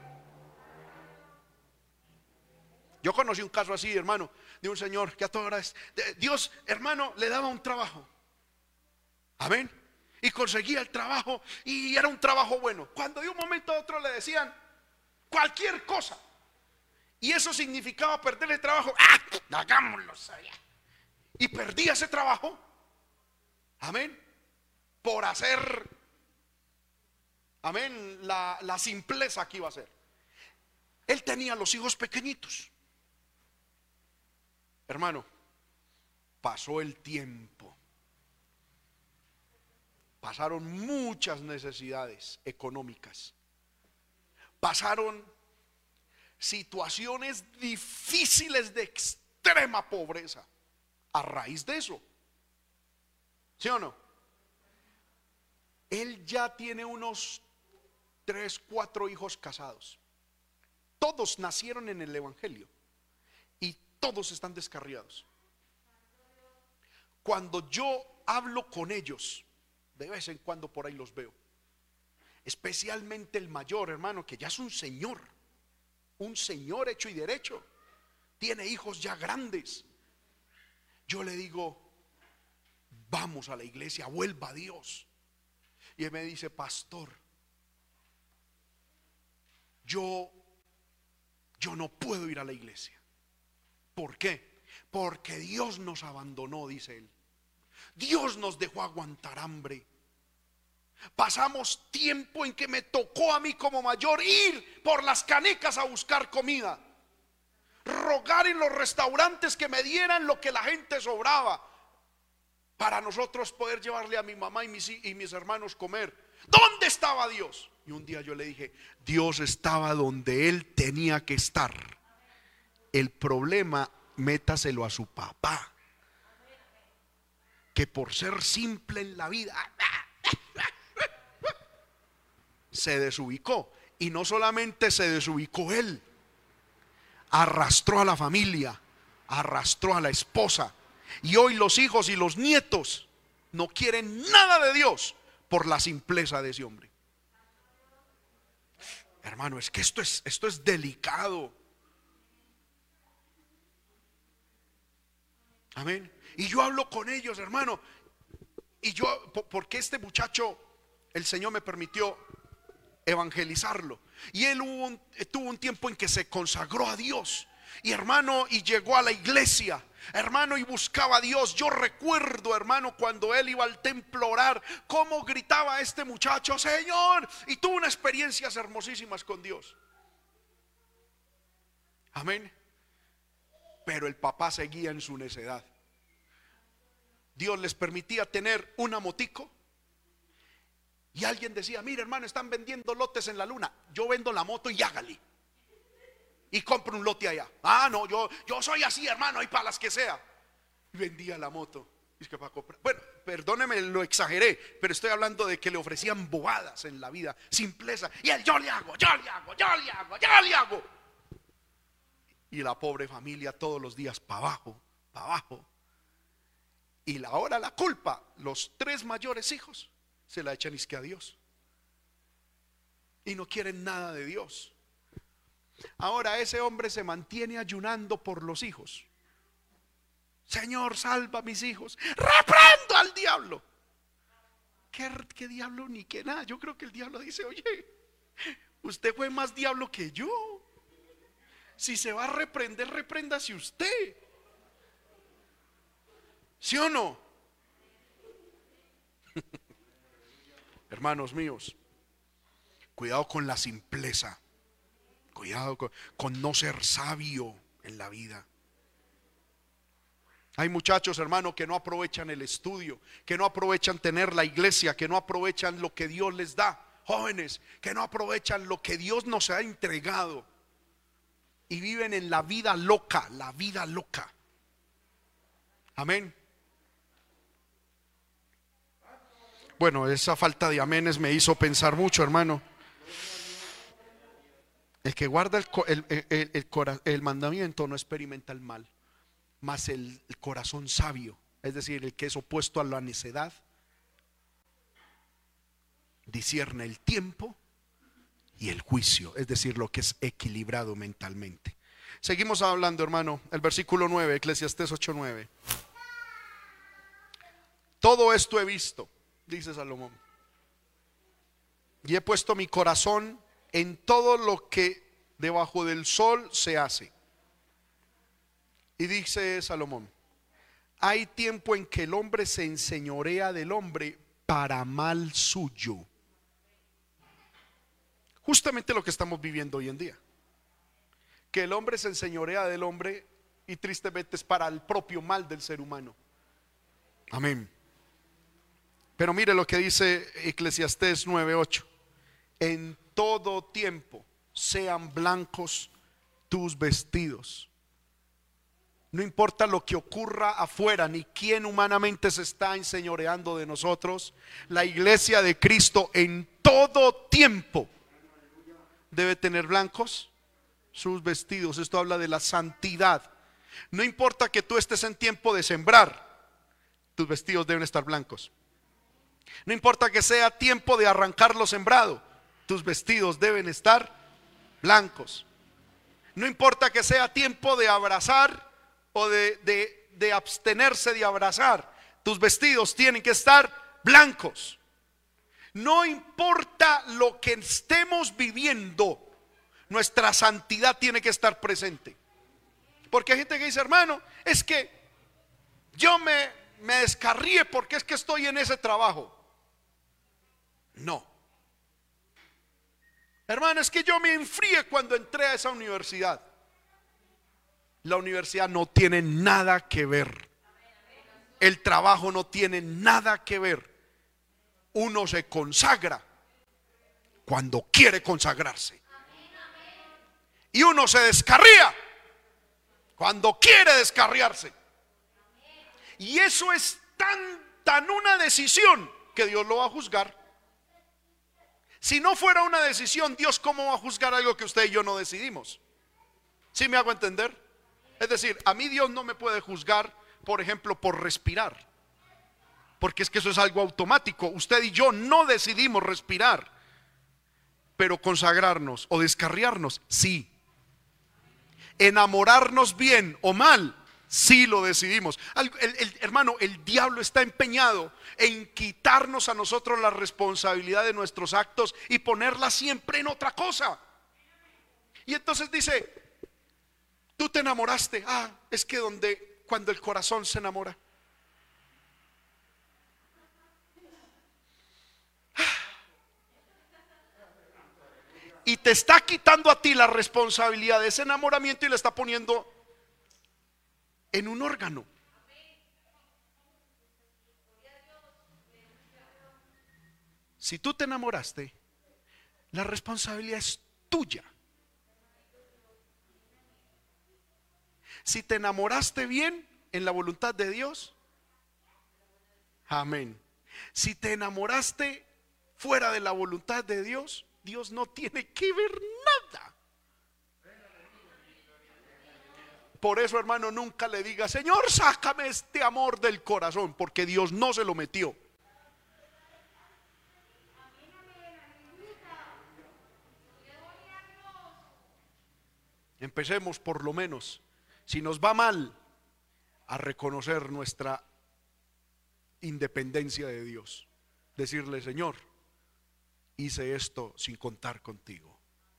Yo conocí un caso así, hermano, de un señor que a toda hora Dios, hermano, le daba un trabajo. Amén. Y conseguía el trabajo y era un trabajo bueno. Cuando de un momento a otro le decían cualquier cosa y eso significaba perder el trabajo, hagámoslo, sabía. Y perdía ese trabajo. Amén. Por hacer, amén, la simpleza que iba a hacer. Él tenía los hijos pequeñitos. Hermano, pasó el tiempo. Pasaron muchas necesidades económicas. Pasaron situaciones difíciles de extrema pobreza a raíz de eso. ¿Sí o no? Él ya tiene unos 3, 4 hijos casados. Todos nacieron en el evangelio y todos están descarriados. Cuando yo hablo con ellos, de vez en cuando por ahí los veo, especialmente el mayor, hermano, que ya es un señor hecho y derecho, tiene hijos ya grandes. Yo le digo, vamos a la iglesia, vuelva a Dios. Y él me dice, pastor, yo no puedo ir a la iglesia. ¿Por qué? Porque Dios nos abandonó, dice él. Dios nos dejó aguantar hambre. Pasamos tiempo en que me tocó a mí como mayor ir por las canecas a buscar comida, rogar en los restaurantes que me dieran lo que la gente sobraba para nosotros poder llevarle a mi mamá y mis hermanos comer. ¿Dónde estaba Dios? Y un día yo le dije, Dios estaba donde Él tenía que estar. El problema, métaselo a su papá, que por ser simple en la vida se desubicó. Y no solamente se desubicó él, arrastró a la familia, arrastró a la esposa. Y hoy los hijos y los nietos no quieren nada de Dios por la simpleza de ese hombre. Hermano, es que esto es delicado. Amén. Y yo hablo con ellos, hermano. Y yo, porque este muchacho, el Señor me permitió evangelizarlo. Y él tuvo un tiempo en que se consagró a Dios. Y hermano, y llegó a la iglesia, hermano, y buscaba a Dios. Yo recuerdo, hermano, cuando él iba al templo a orar, cómo gritaba este muchacho, Señor. Y tuvo unas experiencias hermosísimas con Dios. Amén. Pero el papá seguía en su necedad. Dios les permitía tener una motico. Y alguien decía, mira hermano, están vendiendo lotes en la luna. Yo vendo la moto y hágale. Y compro un lote allá. No, yo soy así, hermano, y para las que sea. Y vendía la moto. Es que para comprar. Bueno, perdóneme, lo exageré, pero estoy hablando de que le ofrecían bobadas en la vida, simpleza. Y él, yo le hago. Y la pobre familia todos los días para abajo, para abajo. Y ahora la culpa, los 3 mayores hijos se la echan a Dios. Y no quieren nada de Dios. Ahora ese hombre se mantiene ayunando por los hijos. Señor, salva a mis hijos. Reprendo al diablo. ¿Qué diablo ni qué nada? Yo creo que el diablo dice, oye, usted fue más diablo que yo. Si se va a reprender, repréndase usted. ¿Sí o no? Hermanos míos, cuidado con la simpleza. Cuidado con no ser sabio en la vida. Hay muchachos, hermano, que no aprovechan el estudio, que no aprovechan tener la iglesia, que no aprovechan lo que Dios les da. Jóvenes que no aprovechan lo que Dios nos ha entregado. y viven en la vida loca, la vida loca. Amén. Bueno, esa falta de amenes me hizo pensar mucho, hermano. El que guarda el mandamiento no experimenta el mal, mas el corazón sabio, es decir, el que es opuesto a la necedad, discierne el tiempo y el juicio, es decir, lo que es equilibrado mentalmente. Seguimos hablando, hermano, el versículo 9, Eclesiastés 8:9. Todo esto he visto, dice Salomón, y he puesto mi corazón en todo lo que debajo del sol se hace. Y dice Salomón: hay tiempo en que el hombre se enseñorea del hombre para mal suyo. Justamente lo que estamos viviendo hoy en día, que el hombre se enseñorea del hombre y tristemente es para el propio mal del ser humano. Amén. Pero mire lo que dice Eclesiastés 9:8: en todo tiempo sean blancos tus vestidos. No importa lo que ocurra afuera, ni quién humanamente se está enseñoreando de nosotros, la iglesia de Cristo en todo tiempo debe tener blancos sus vestidos. Esto habla de la santidad. No importa que tú estés en tiempo de sembrar, tus vestidos deben estar blancos. No importa que sea tiempo de arrancar lo sembrado, tus vestidos deben estar blancos. No importa que sea tiempo de abrazar o de abstenerse de abrazar, tus vestidos tienen que estar blancos. No importa lo que estemos viviendo, nuestra santidad tiene que estar presente. Porque hay gente que dice: hermano, es que yo me descarríe porque es que estoy en ese trabajo. No, hermano, es que yo me enfríe cuando entré a esa universidad. La universidad no tiene nada que ver. El trabajo no tiene nada que ver. Uno se consagra cuando quiere consagrarse, y uno se descarría cuando quiere descarriarse. Y eso es tan una decisión que Dios lo va a juzgar. Si no fuera una decisión, Dios ¿cómo va a juzgar algo que usted y yo no decidimos? ¿Sí me hago entender? Es decir, a mí Dios no me puede juzgar, por ejemplo, por respirar, porque es que eso es algo automático. Usted y yo no decidimos respirar, pero consagrarnos o descarriarnos, sí. Enamorarnos bien o mal, sí lo decidimos. Hermano, el diablo está empeñado en quitarnos a nosotros la responsabilidad de nuestros actos y ponerla siempre en otra cosa. Y entonces dice: tú te enamoraste. Es que cuando el corazón se enamora, y te está quitando a ti la responsabilidad de ese enamoramiento y le está poniendo en un órgano. Si tú te enamoraste, la responsabilidad es tuya. Si te enamoraste bien en la voluntad de Dios, amén. Si te enamoraste fuera de la voluntad de Dios, Dios no tiene que ver nada. Por eso, hermano, nunca le diga: Señor, sácame este amor del corazón, porque Dios no se lo metió. Empecemos, por lo menos, si nos va mal, a reconocer nuestra independencia de Dios. Decirle: Señor, hice esto sin contar contigo.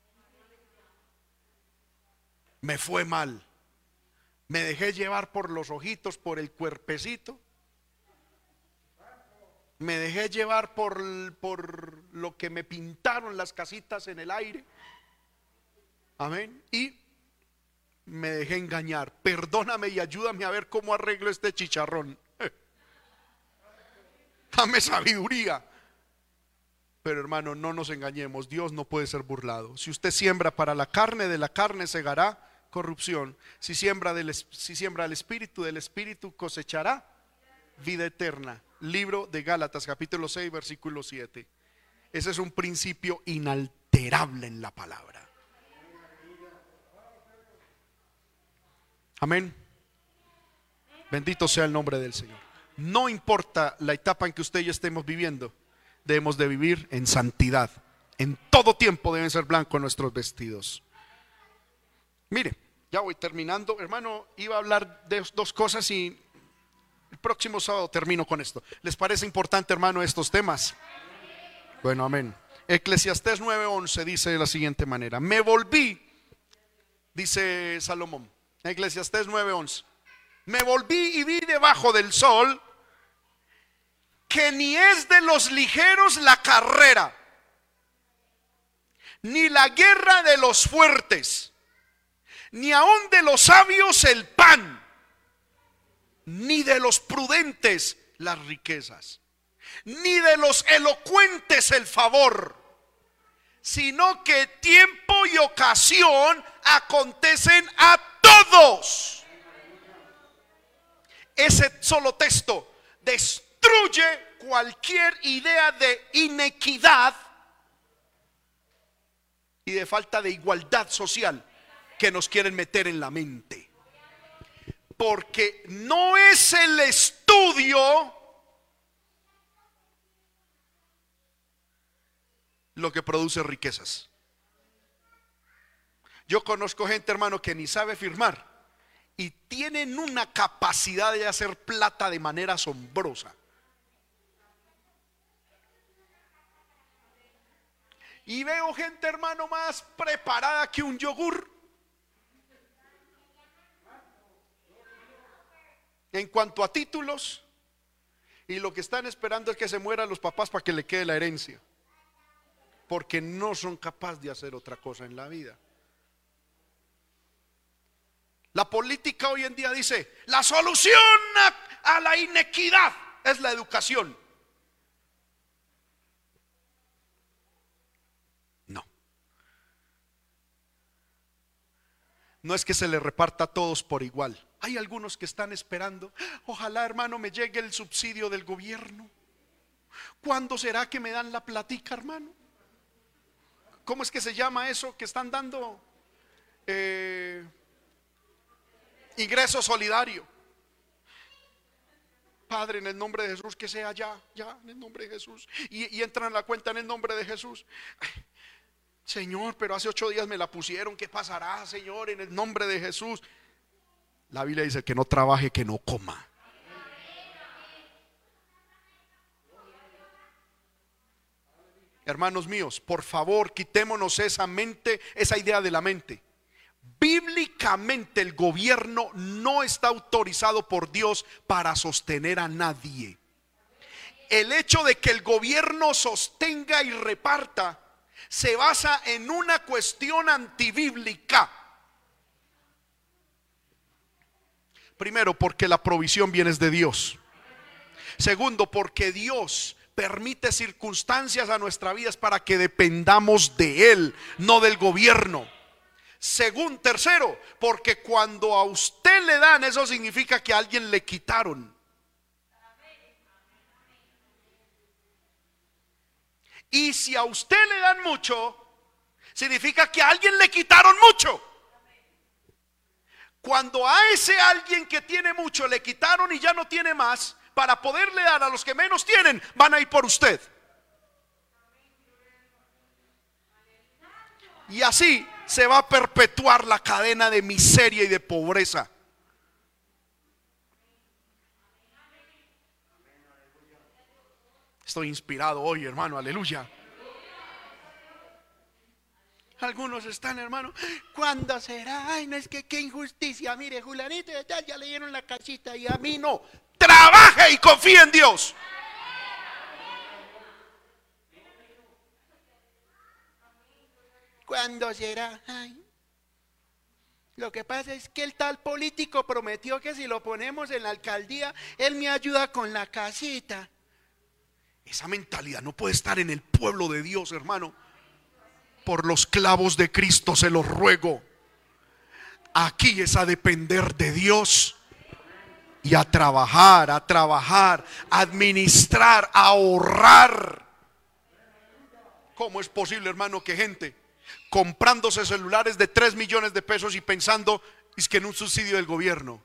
Me fue mal. Me dejé llevar por los ojitos, por el cuerpecito. Me dejé llevar por lo que me pintaron las casitas en el aire. Amén. Y me dejé engañar. Perdóname y ayúdame a ver cómo arreglo este chicharrón. Dame sabiduría. Pero, hermano, no nos engañemos. Dios no puede ser burlado. Si usted siembra para la carne, de la carne segará corrupción. Si siembra el espíritu, del espíritu cosechará vida eterna. Libro de Gálatas, capítulo 6, versículo 7. Ese es un principio inalterable en la palabra. Amén. Bendito sea el nombre del Señor. No importa la etapa en que usted y yo estemos viviendo, debemos de vivir en santidad. En todo tiempo deben ser blancos nuestros vestidos. Mire, ya voy terminando, hermano. Iba a hablar de dos cosas y el próximo sábado termino con esto. ¿Les parece importante, hermano, estos temas? Bueno, amén. Eclesiastés 9:11 dice de la siguiente manera: me volví, dice Salomón, Eclesiastés 9:11, me volví y vi debajo del sol que ni es de los ligeros la carrera, ni la guerra de los fuertes, ni aun de los sabios el pan, ni de los prudentes las riquezas, ni de los elocuentes el favor, sino que tiempo y ocasión acontecen a todos. Ese solo texto destruye cualquier idea de inequidad y de falta de igualdad social que nos quieren meter en la mente. Porque no es el estudio lo que produce riquezas. Yo conozco gente, hermano, que ni sabe firmar y tienen una capacidad de hacer plata de manera asombrosa. Y veo gente, hermano, más preparada que un yogur en cuanto a títulos, y lo que están esperando es que se mueran los papás para que le quede la herencia, porque no son capaces de hacer otra cosa en la vida. La política hoy en día dice: la solución a la inequidad es la educación. No es que se le reparta a todos por igual. Hay algunos que están esperando: ojalá, hermano, me llegue el subsidio del gobierno. ¿Cuándo será que me dan la platica, hermano? ¿Cómo es que se llama eso que están dando? Ingreso solidario. Padre, en el nombre de Jesús, que sea ya, en el nombre de Jesús. Y entran a la cuenta en el nombre de Jesús. Señor, pero hace 8 días me la pusieron, ¿qué pasará, Señor, en el nombre de Jesús? La Biblia dice: que no trabaje, que no coma. Hermanos míos, por favor, quitémonos esa mente, esa idea de la mente. Bíblicamente el gobierno no está autorizado por Dios para sostener a nadie. El hecho de que el gobierno sostenga y reparta se basa en una cuestión antibíblica. Primero, porque la provisión viene de Dios. Segundo, porque Dios permite circunstancias a nuestras vidas para que dependamos de Él, no del gobierno. Tercero, porque cuando a usted le dan, eso significa que a alguien le quitaron. Y si a usted le dan mucho, significa que a alguien le quitaron mucho. Cuando a ese alguien que tiene mucho le quitaron y ya no tiene más, para poderle dar a los que menos tienen, van a ir por usted. Y así se va a perpetuar la cadena de miseria y de pobreza. Estoy inspirado hoy, hermano, aleluya. Algunos están, hermano: ¿cuándo será? Ay, no, es que qué injusticia. Mire, Julanito de tal, ya le dieron la casita y a mí no. Trabaje y confíe en Dios. ¿Cuándo será? Ay. Lo que pasa es que el tal político prometió que si lo ponemos en la alcaldía, él me ayuda con la casita. Esa mentalidad no puede estar en el pueblo de Dios, hermano. Por los clavos de Cristo se los ruego. Aquí es a depender de Dios y a trabajar, a administrar, a ahorrar. ¿Cómo es posible, hermano, que gente comprándose celulares de 3 millones de pesos y pensando es que en un subsidio del gobierno?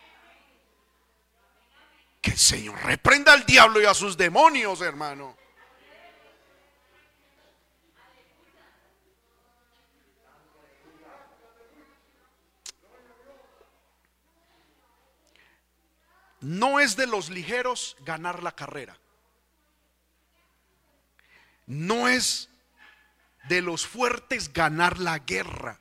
Que el Señor reprenda al diablo y a sus demonios, hermano. No es de los ligeros ganar la carrera. No es de los fuertes ganar la guerra.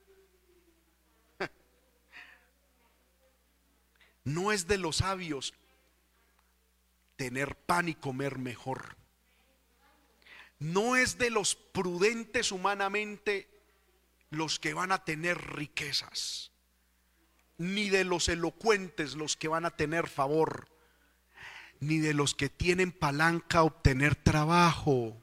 No es de los sabios tener pan y comer mejor. No es de los prudentes humanamente los que van a tener riquezas, ni de los elocuentes los que van a tener favor, ni de los que tienen palanca obtener trabajo.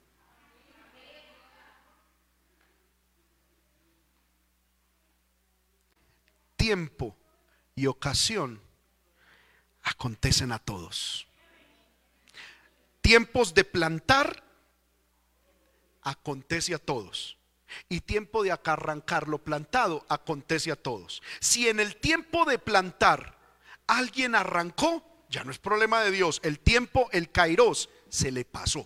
Tiempo y ocasión acontecen a todos. Tiempos de plantar acontece a todos. Y tiempo de arrancar lo plantado acontece a todos. Si en el tiempo de plantar alguien arrancó, ya no es problema de Dios. El tiempo, el kairos, se le pasó.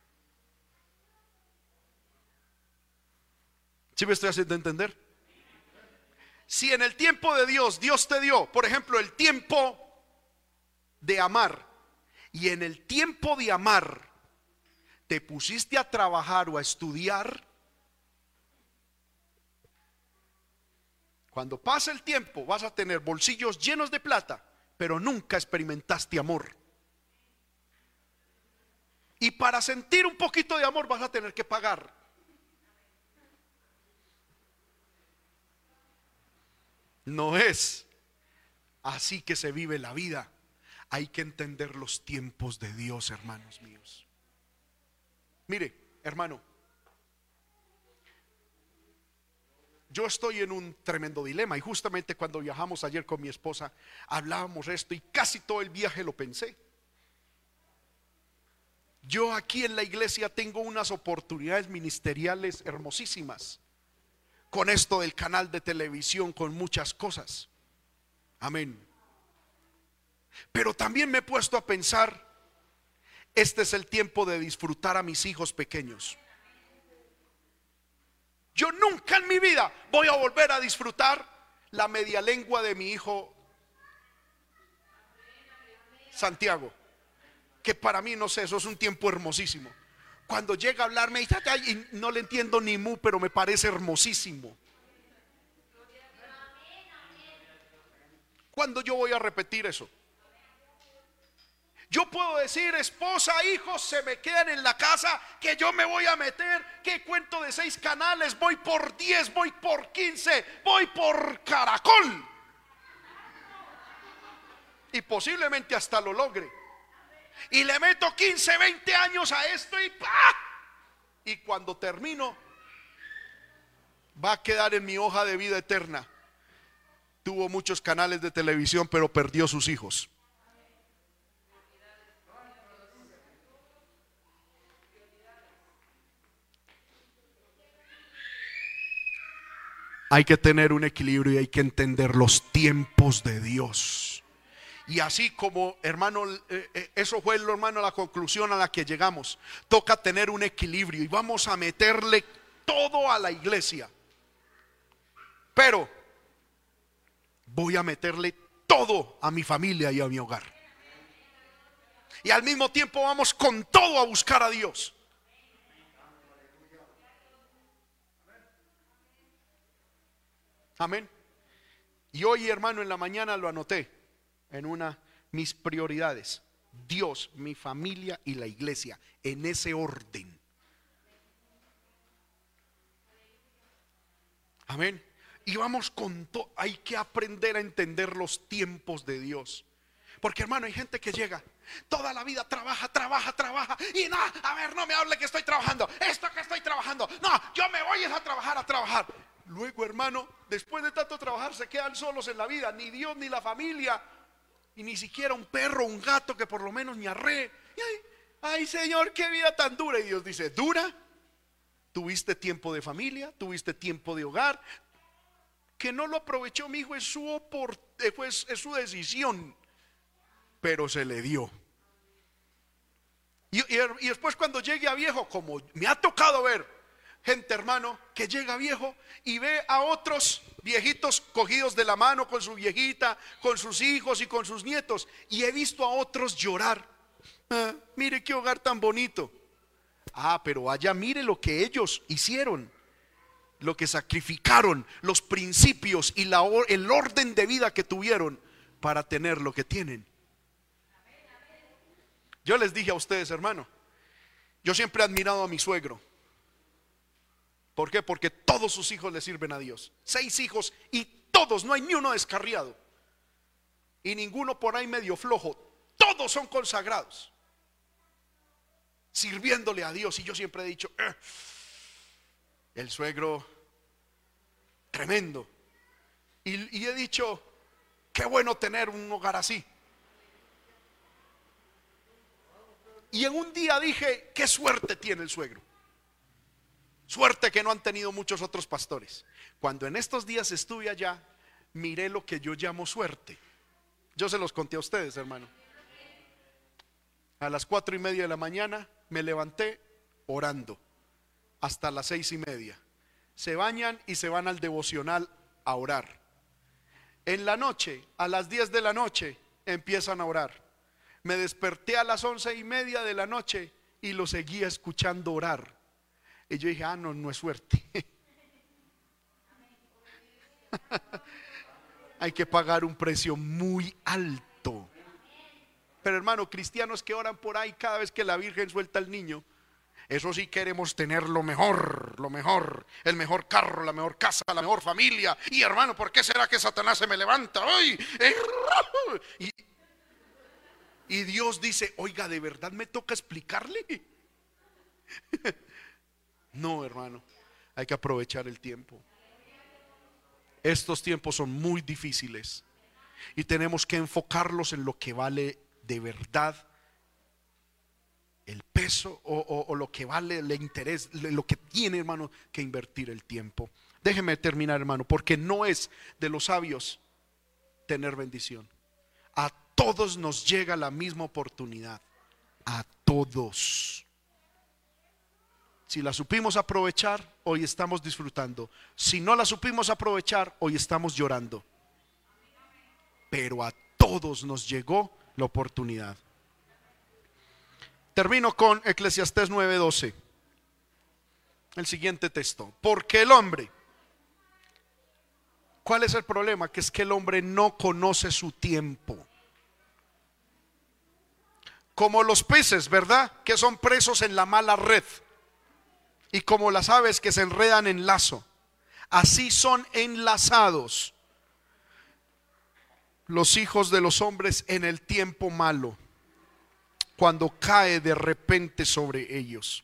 ¿Sí me estoy haciendo entender? Si en el tiempo de Dios, Dios te dio, por ejemplo, el tiempo de amar, y en el tiempo de amar te pusiste a trabajar o a estudiar, cuando pase el tiempo vas a tener bolsillos llenos de plata, pero nunca experimentaste amor. Y para sentir un poquito de amor vas a tener que pagar. No es así que se vive la vida. Hay que entender los tiempos de Dios, hermanos míos. Mire, hermano, yo estoy en un tremendo dilema, y justamente cuando viajamos ayer con mi esposa hablábamos esto y casi todo el viaje lo pensé. Yo aquí en la iglesia tengo unas oportunidades ministeriales hermosísimas, con esto del canal de televisión, con muchas cosas. Amén. Pero también me he puesto a pensar, este es el tiempo de disfrutar a mis hijos pequeños. Yo nunca en mi vida voy a volver a disfrutar la media lengua de mi hijo Santiago, que para mí, no sé, eso es un tiempo hermosísimo. Cuando llega a hablar me dice, ay, y no le entiendo ni mu, pero me parece hermosísimo. ¿Cuándo yo voy a repetir eso? Yo puedo decir, esposa, hijos, se me quedan en la casa, que yo me voy a meter, que cuento de 6 canales, voy por 10, voy por 15, voy por Caracol. Y posiblemente hasta lo logre. Y le meto 15, 20 años a esto y ¡pah! Y cuando termino, va a quedar en mi hoja de vida eterna. Tuvo muchos canales de televisión, pero perdió sus hijos. Hay que tener un equilibrio y hay que entender los tiempos de Dios. Y así como, hermano, eso fue, hermano, la conclusión a la que llegamos. Toca tener un equilibrio y vamos a meterle todo a la iglesia. Pero voy a meterle todo a mi familia y a mi hogar. Y al mismo tiempo vamos con todo a buscar a Dios. Amén. Y hoy, hermano, en la mañana lo anoté en mis prioridades: Dios, mi familia y la iglesia, en ese orden. Amén. Y vamos con todo. Hay que aprender a entender los tiempos de Dios. Porque, hermano, hay gente que llega toda la vida, trabaja y no, a ver, no me hable que estoy trabajando, esto que estoy trabajando, no, yo me voy a trabajar. Luego, hermano, después de tanto trabajar se quedan solos en la vida, ni Dios ni la familia, y ni siquiera un perro, un gato que por lo menos me arree. Y ay, Señor, qué vida tan dura. Y Dios dice, ¿dura? Tuviste tiempo de familia, tuviste tiempo de hogar. Que no lo aprovechó mi hijo es su decisión, pero se le dio. Y después cuando llegue a viejo, como me ha tocado ver gente, hermano, que llega viejo y ve a otros viejitos cogidos de la mano con su viejita, con sus hijos y con sus nietos, y he visto a otros llorar. Mire qué hogar tan bonito. Pero allá mire lo que ellos hicieron, lo que sacrificaron, los principios y el orden de vida que tuvieron para tener lo que tienen. Yo les dije a ustedes, hermano, yo siempre he admirado a mi suegro. ¿Por qué? Porque todos sus hijos le sirven a Dios. 6 hijos y todos, no hay ni uno descarriado y ninguno por ahí medio flojo. Todos son consagrados, sirviéndole a Dios. Y yo siempre he dicho, el suegro tremendo. Y he dicho, qué bueno tener un hogar así. Y en un día dije, qué suerte tiene el suegro. Suerte que no han tenido muchos otros pastores. Cuando en estos días estuve allá, miré lo que yo llamo suerte. Yo se los conté a ustedes, hermano. A las 4:30 de la mañana me levanté orando hasta las 6:30. Se bañan y se van al devocional a orar. En la noche, a las 10 de la noche, empiezan a orar. Me desperté a las 11:30 de la noche y lo seguía escuchando orar. Y yo dije, no es suerte. Hay que pagar un precio muy alto. Pero hermano, cristianos que oran por ahí cada vez que la Virgen suelta al niño, eso sí queremos tener lo mejor, el mejor carro, la mejor casa, la mejor familia. Y hermano, ¿por qué será que Satanás se me levanta hoy? Y Dios dice, oiga, ¿de verdad me toca explicarle? No, hermano, hay que aprovechar el tiempo. Estos tiempos son muy difíciles y tenemos que enfocarlos en lo que vale de verdad el peso o lo que vale el interés, lo que tiene, hermano, que invertir el tiempo. Déjeme terminar, hermano, porque no es de los sabios tener bendición. A todos nos llega la misma oportunidad, a todos. Si la supimos aprovechar, hoy estamos disfrutando. Si no la supimos aprovechar, hoy estamos llorando. Pero a todos nos llegó la oportunidad. Termino con Eclesiastés 9:12. El siguiente texto. Porque el hombre, ¿cuál es el problema? Que es que el hombre no conoce su tiempo. Como los peces, ¿verdad? Que son presos en la mala red. Y como las aves que se enredan en lazo, así son enlazados los hijos de los hombres en el tiempo malo, cuando cae de repente sobre ellos.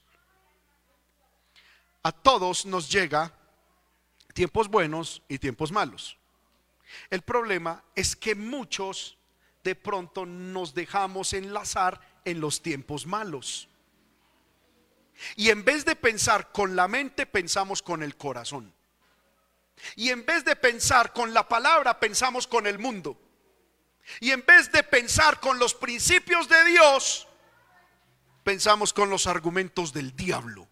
A todos nos llega tiempos buenos y tiempos malos. El problema es que muchos de pronto nos dejamos enlazar en los tiempos malos. Y en vez de pensar con la mente, pensamos con el corazón. Y en vez de pensar con la palabra, pensamos con el mundo. Y en vez de pensar con los principios de Dios, pensamos con los argumentos del diablo.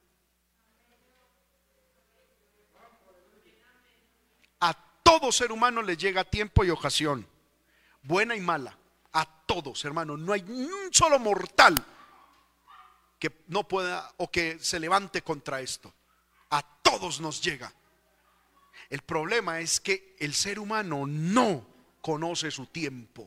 A todo ser humano le llega tiempo y ocasión, buena y mala. A todos, hermano, no hay ni un solo mortal que no pueda o que se levante contra esto. A todos nos llega. El problema es que el ser humano no conoce su tiempo.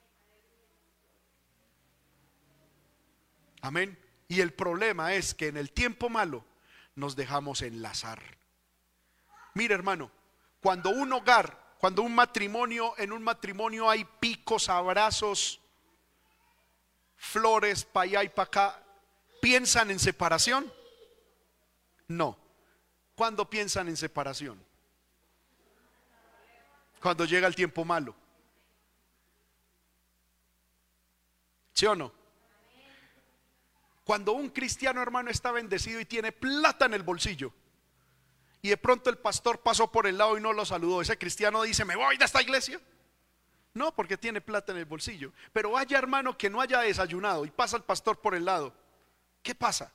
Amén. Y el problema es que en el tiempo malo nos dejamos enlazar. Mira, hermano, cuando un hogar, cuando un matrimonio, en un matrimonio hay picos, abrazos, flores para allá y para acá, ¿piensan en separación? No. ¿Cuándo piensan en separación? cuando llega el tiempo malo. ¿Sí o no? Cuando un cristiano, hermano, está bendecido y tiene plata en el bolsillo, y de pronto el pastor pasó por el lado y no lo saludó, ese cristiano dice: ¿me voy de esta iglesia? No, porque tiene plata en el bolsillo. Pero vaya, hermano, que no haya desayunado y pasa el pastor por el lado, ¿qué pasa?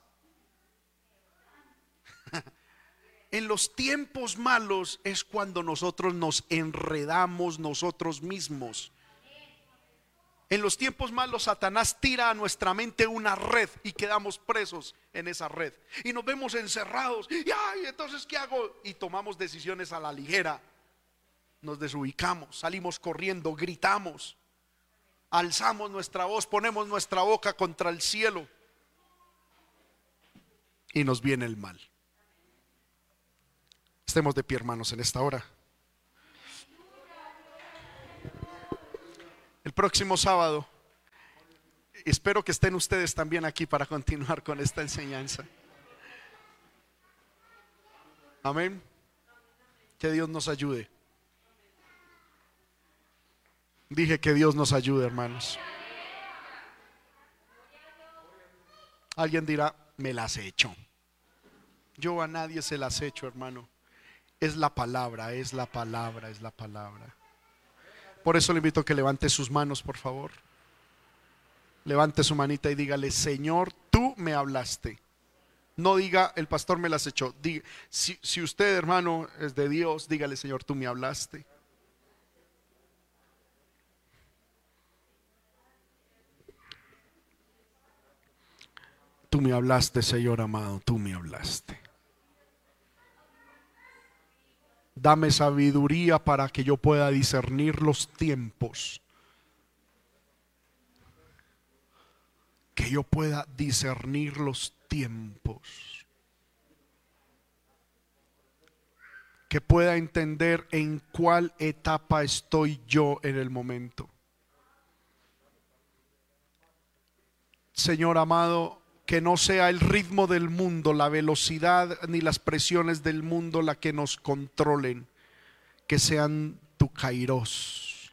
En los tiempos malos es cuando nosotros nos enredamos nosotros mismos. En los tiempos malos Satanás tira a nuestra mente una red y quedamos presos en esa red. Y nos vemos encerrados. Y ay, entonces ¿qué hago? Y tomamos decisiones a la ligera. Nos desubicamos, salimos corriendo, gritamos, alzamos nuestra voz, ponemos nuestra boca contra el cielo. Y nos viene el mal. Estemos de pie, hermanos, en esta hora. El próximo sábado espero que estén ustedes también aquí para continuar con esta enseñanza. Amén. Que Dios nos ayude. Dije que Dios nos ayude, hermanos. Alguien dirá: me las he hecho. Yo a nadie se las he hecho, hermano. Es la palabra, es la palabra, es la palabra. Por eso le invito a que levante sus manos, por favor. Levante su manita y dígale: Señor, tú me hablaste. No diga: el pastor me las echó. Diga, si usted, hermano, es de Dios, dígale: Señor, tú me hablaste. Tú me hablaste, Señor amado, tú me hablaste. Dame sabiduría para que yo pueda discernir los tiempos. Que yo pueda discernir los tiempos. Que pueda entender en cuál etapa estoy yo en el momento. Señor amado, que no sea el ritmo del mundo, la velocidad ni las presiones del mundo la que nos controlen. Que sean tu kairos.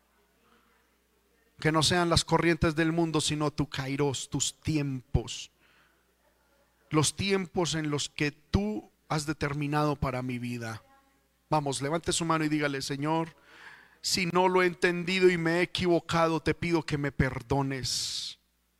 Que no sean las corrientes del mundo, sino tu kairos, tus tiempos. Los tiempos en los que tú has determinado para mi vida. Vamos, levante su mano y dígale: Señor, si no lo he entendido y me he equivocado, te pido que me perdones.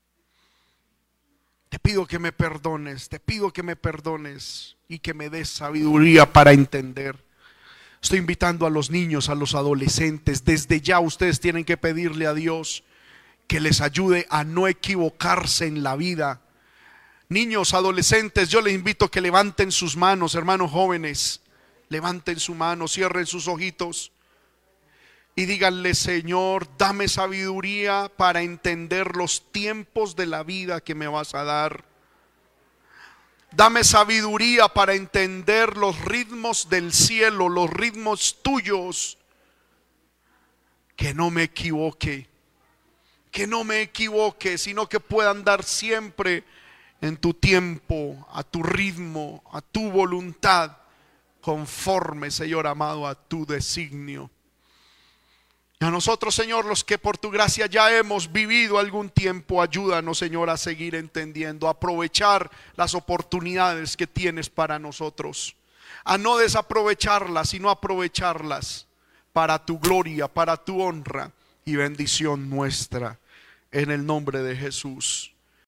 Te pido que me perdones, te pido que me perdones y que me des sabiduría para entender. Estoy invitando a los niños, a los adolescentes. Desde ya ustedes tienen que pedirle a Dios que les ayude a no equivocarse en la vida. Niños, adolescentes, yo les invito a que levanten sus manos, hermanos jóvenes. Levanten su mano, cierren sus ojitos y díganle: Señor, dame sabiduría para entender los tiempos de la vida que me vas a dar. Dame sabiduría para entender los ritmos del cielo, los ritmos tuyos. Que no me equivoque, sino que pueda andar siempre en tu tiempo, a tu ritmo, a tu voluntad, conforme, Señor amado, a tu designio. Y a nosotros, Señor, los que por tu gracia ya hemos vivido algún tiempo, ayúdanos, Señor, a seguir entendiendo, a aprovechar las oportunidades que tienes para nosotros, a no desaprovecharlas, sino aprovecharlas para tu gloria, para tu honra y bendición nuestra, en el nombre de Jesús.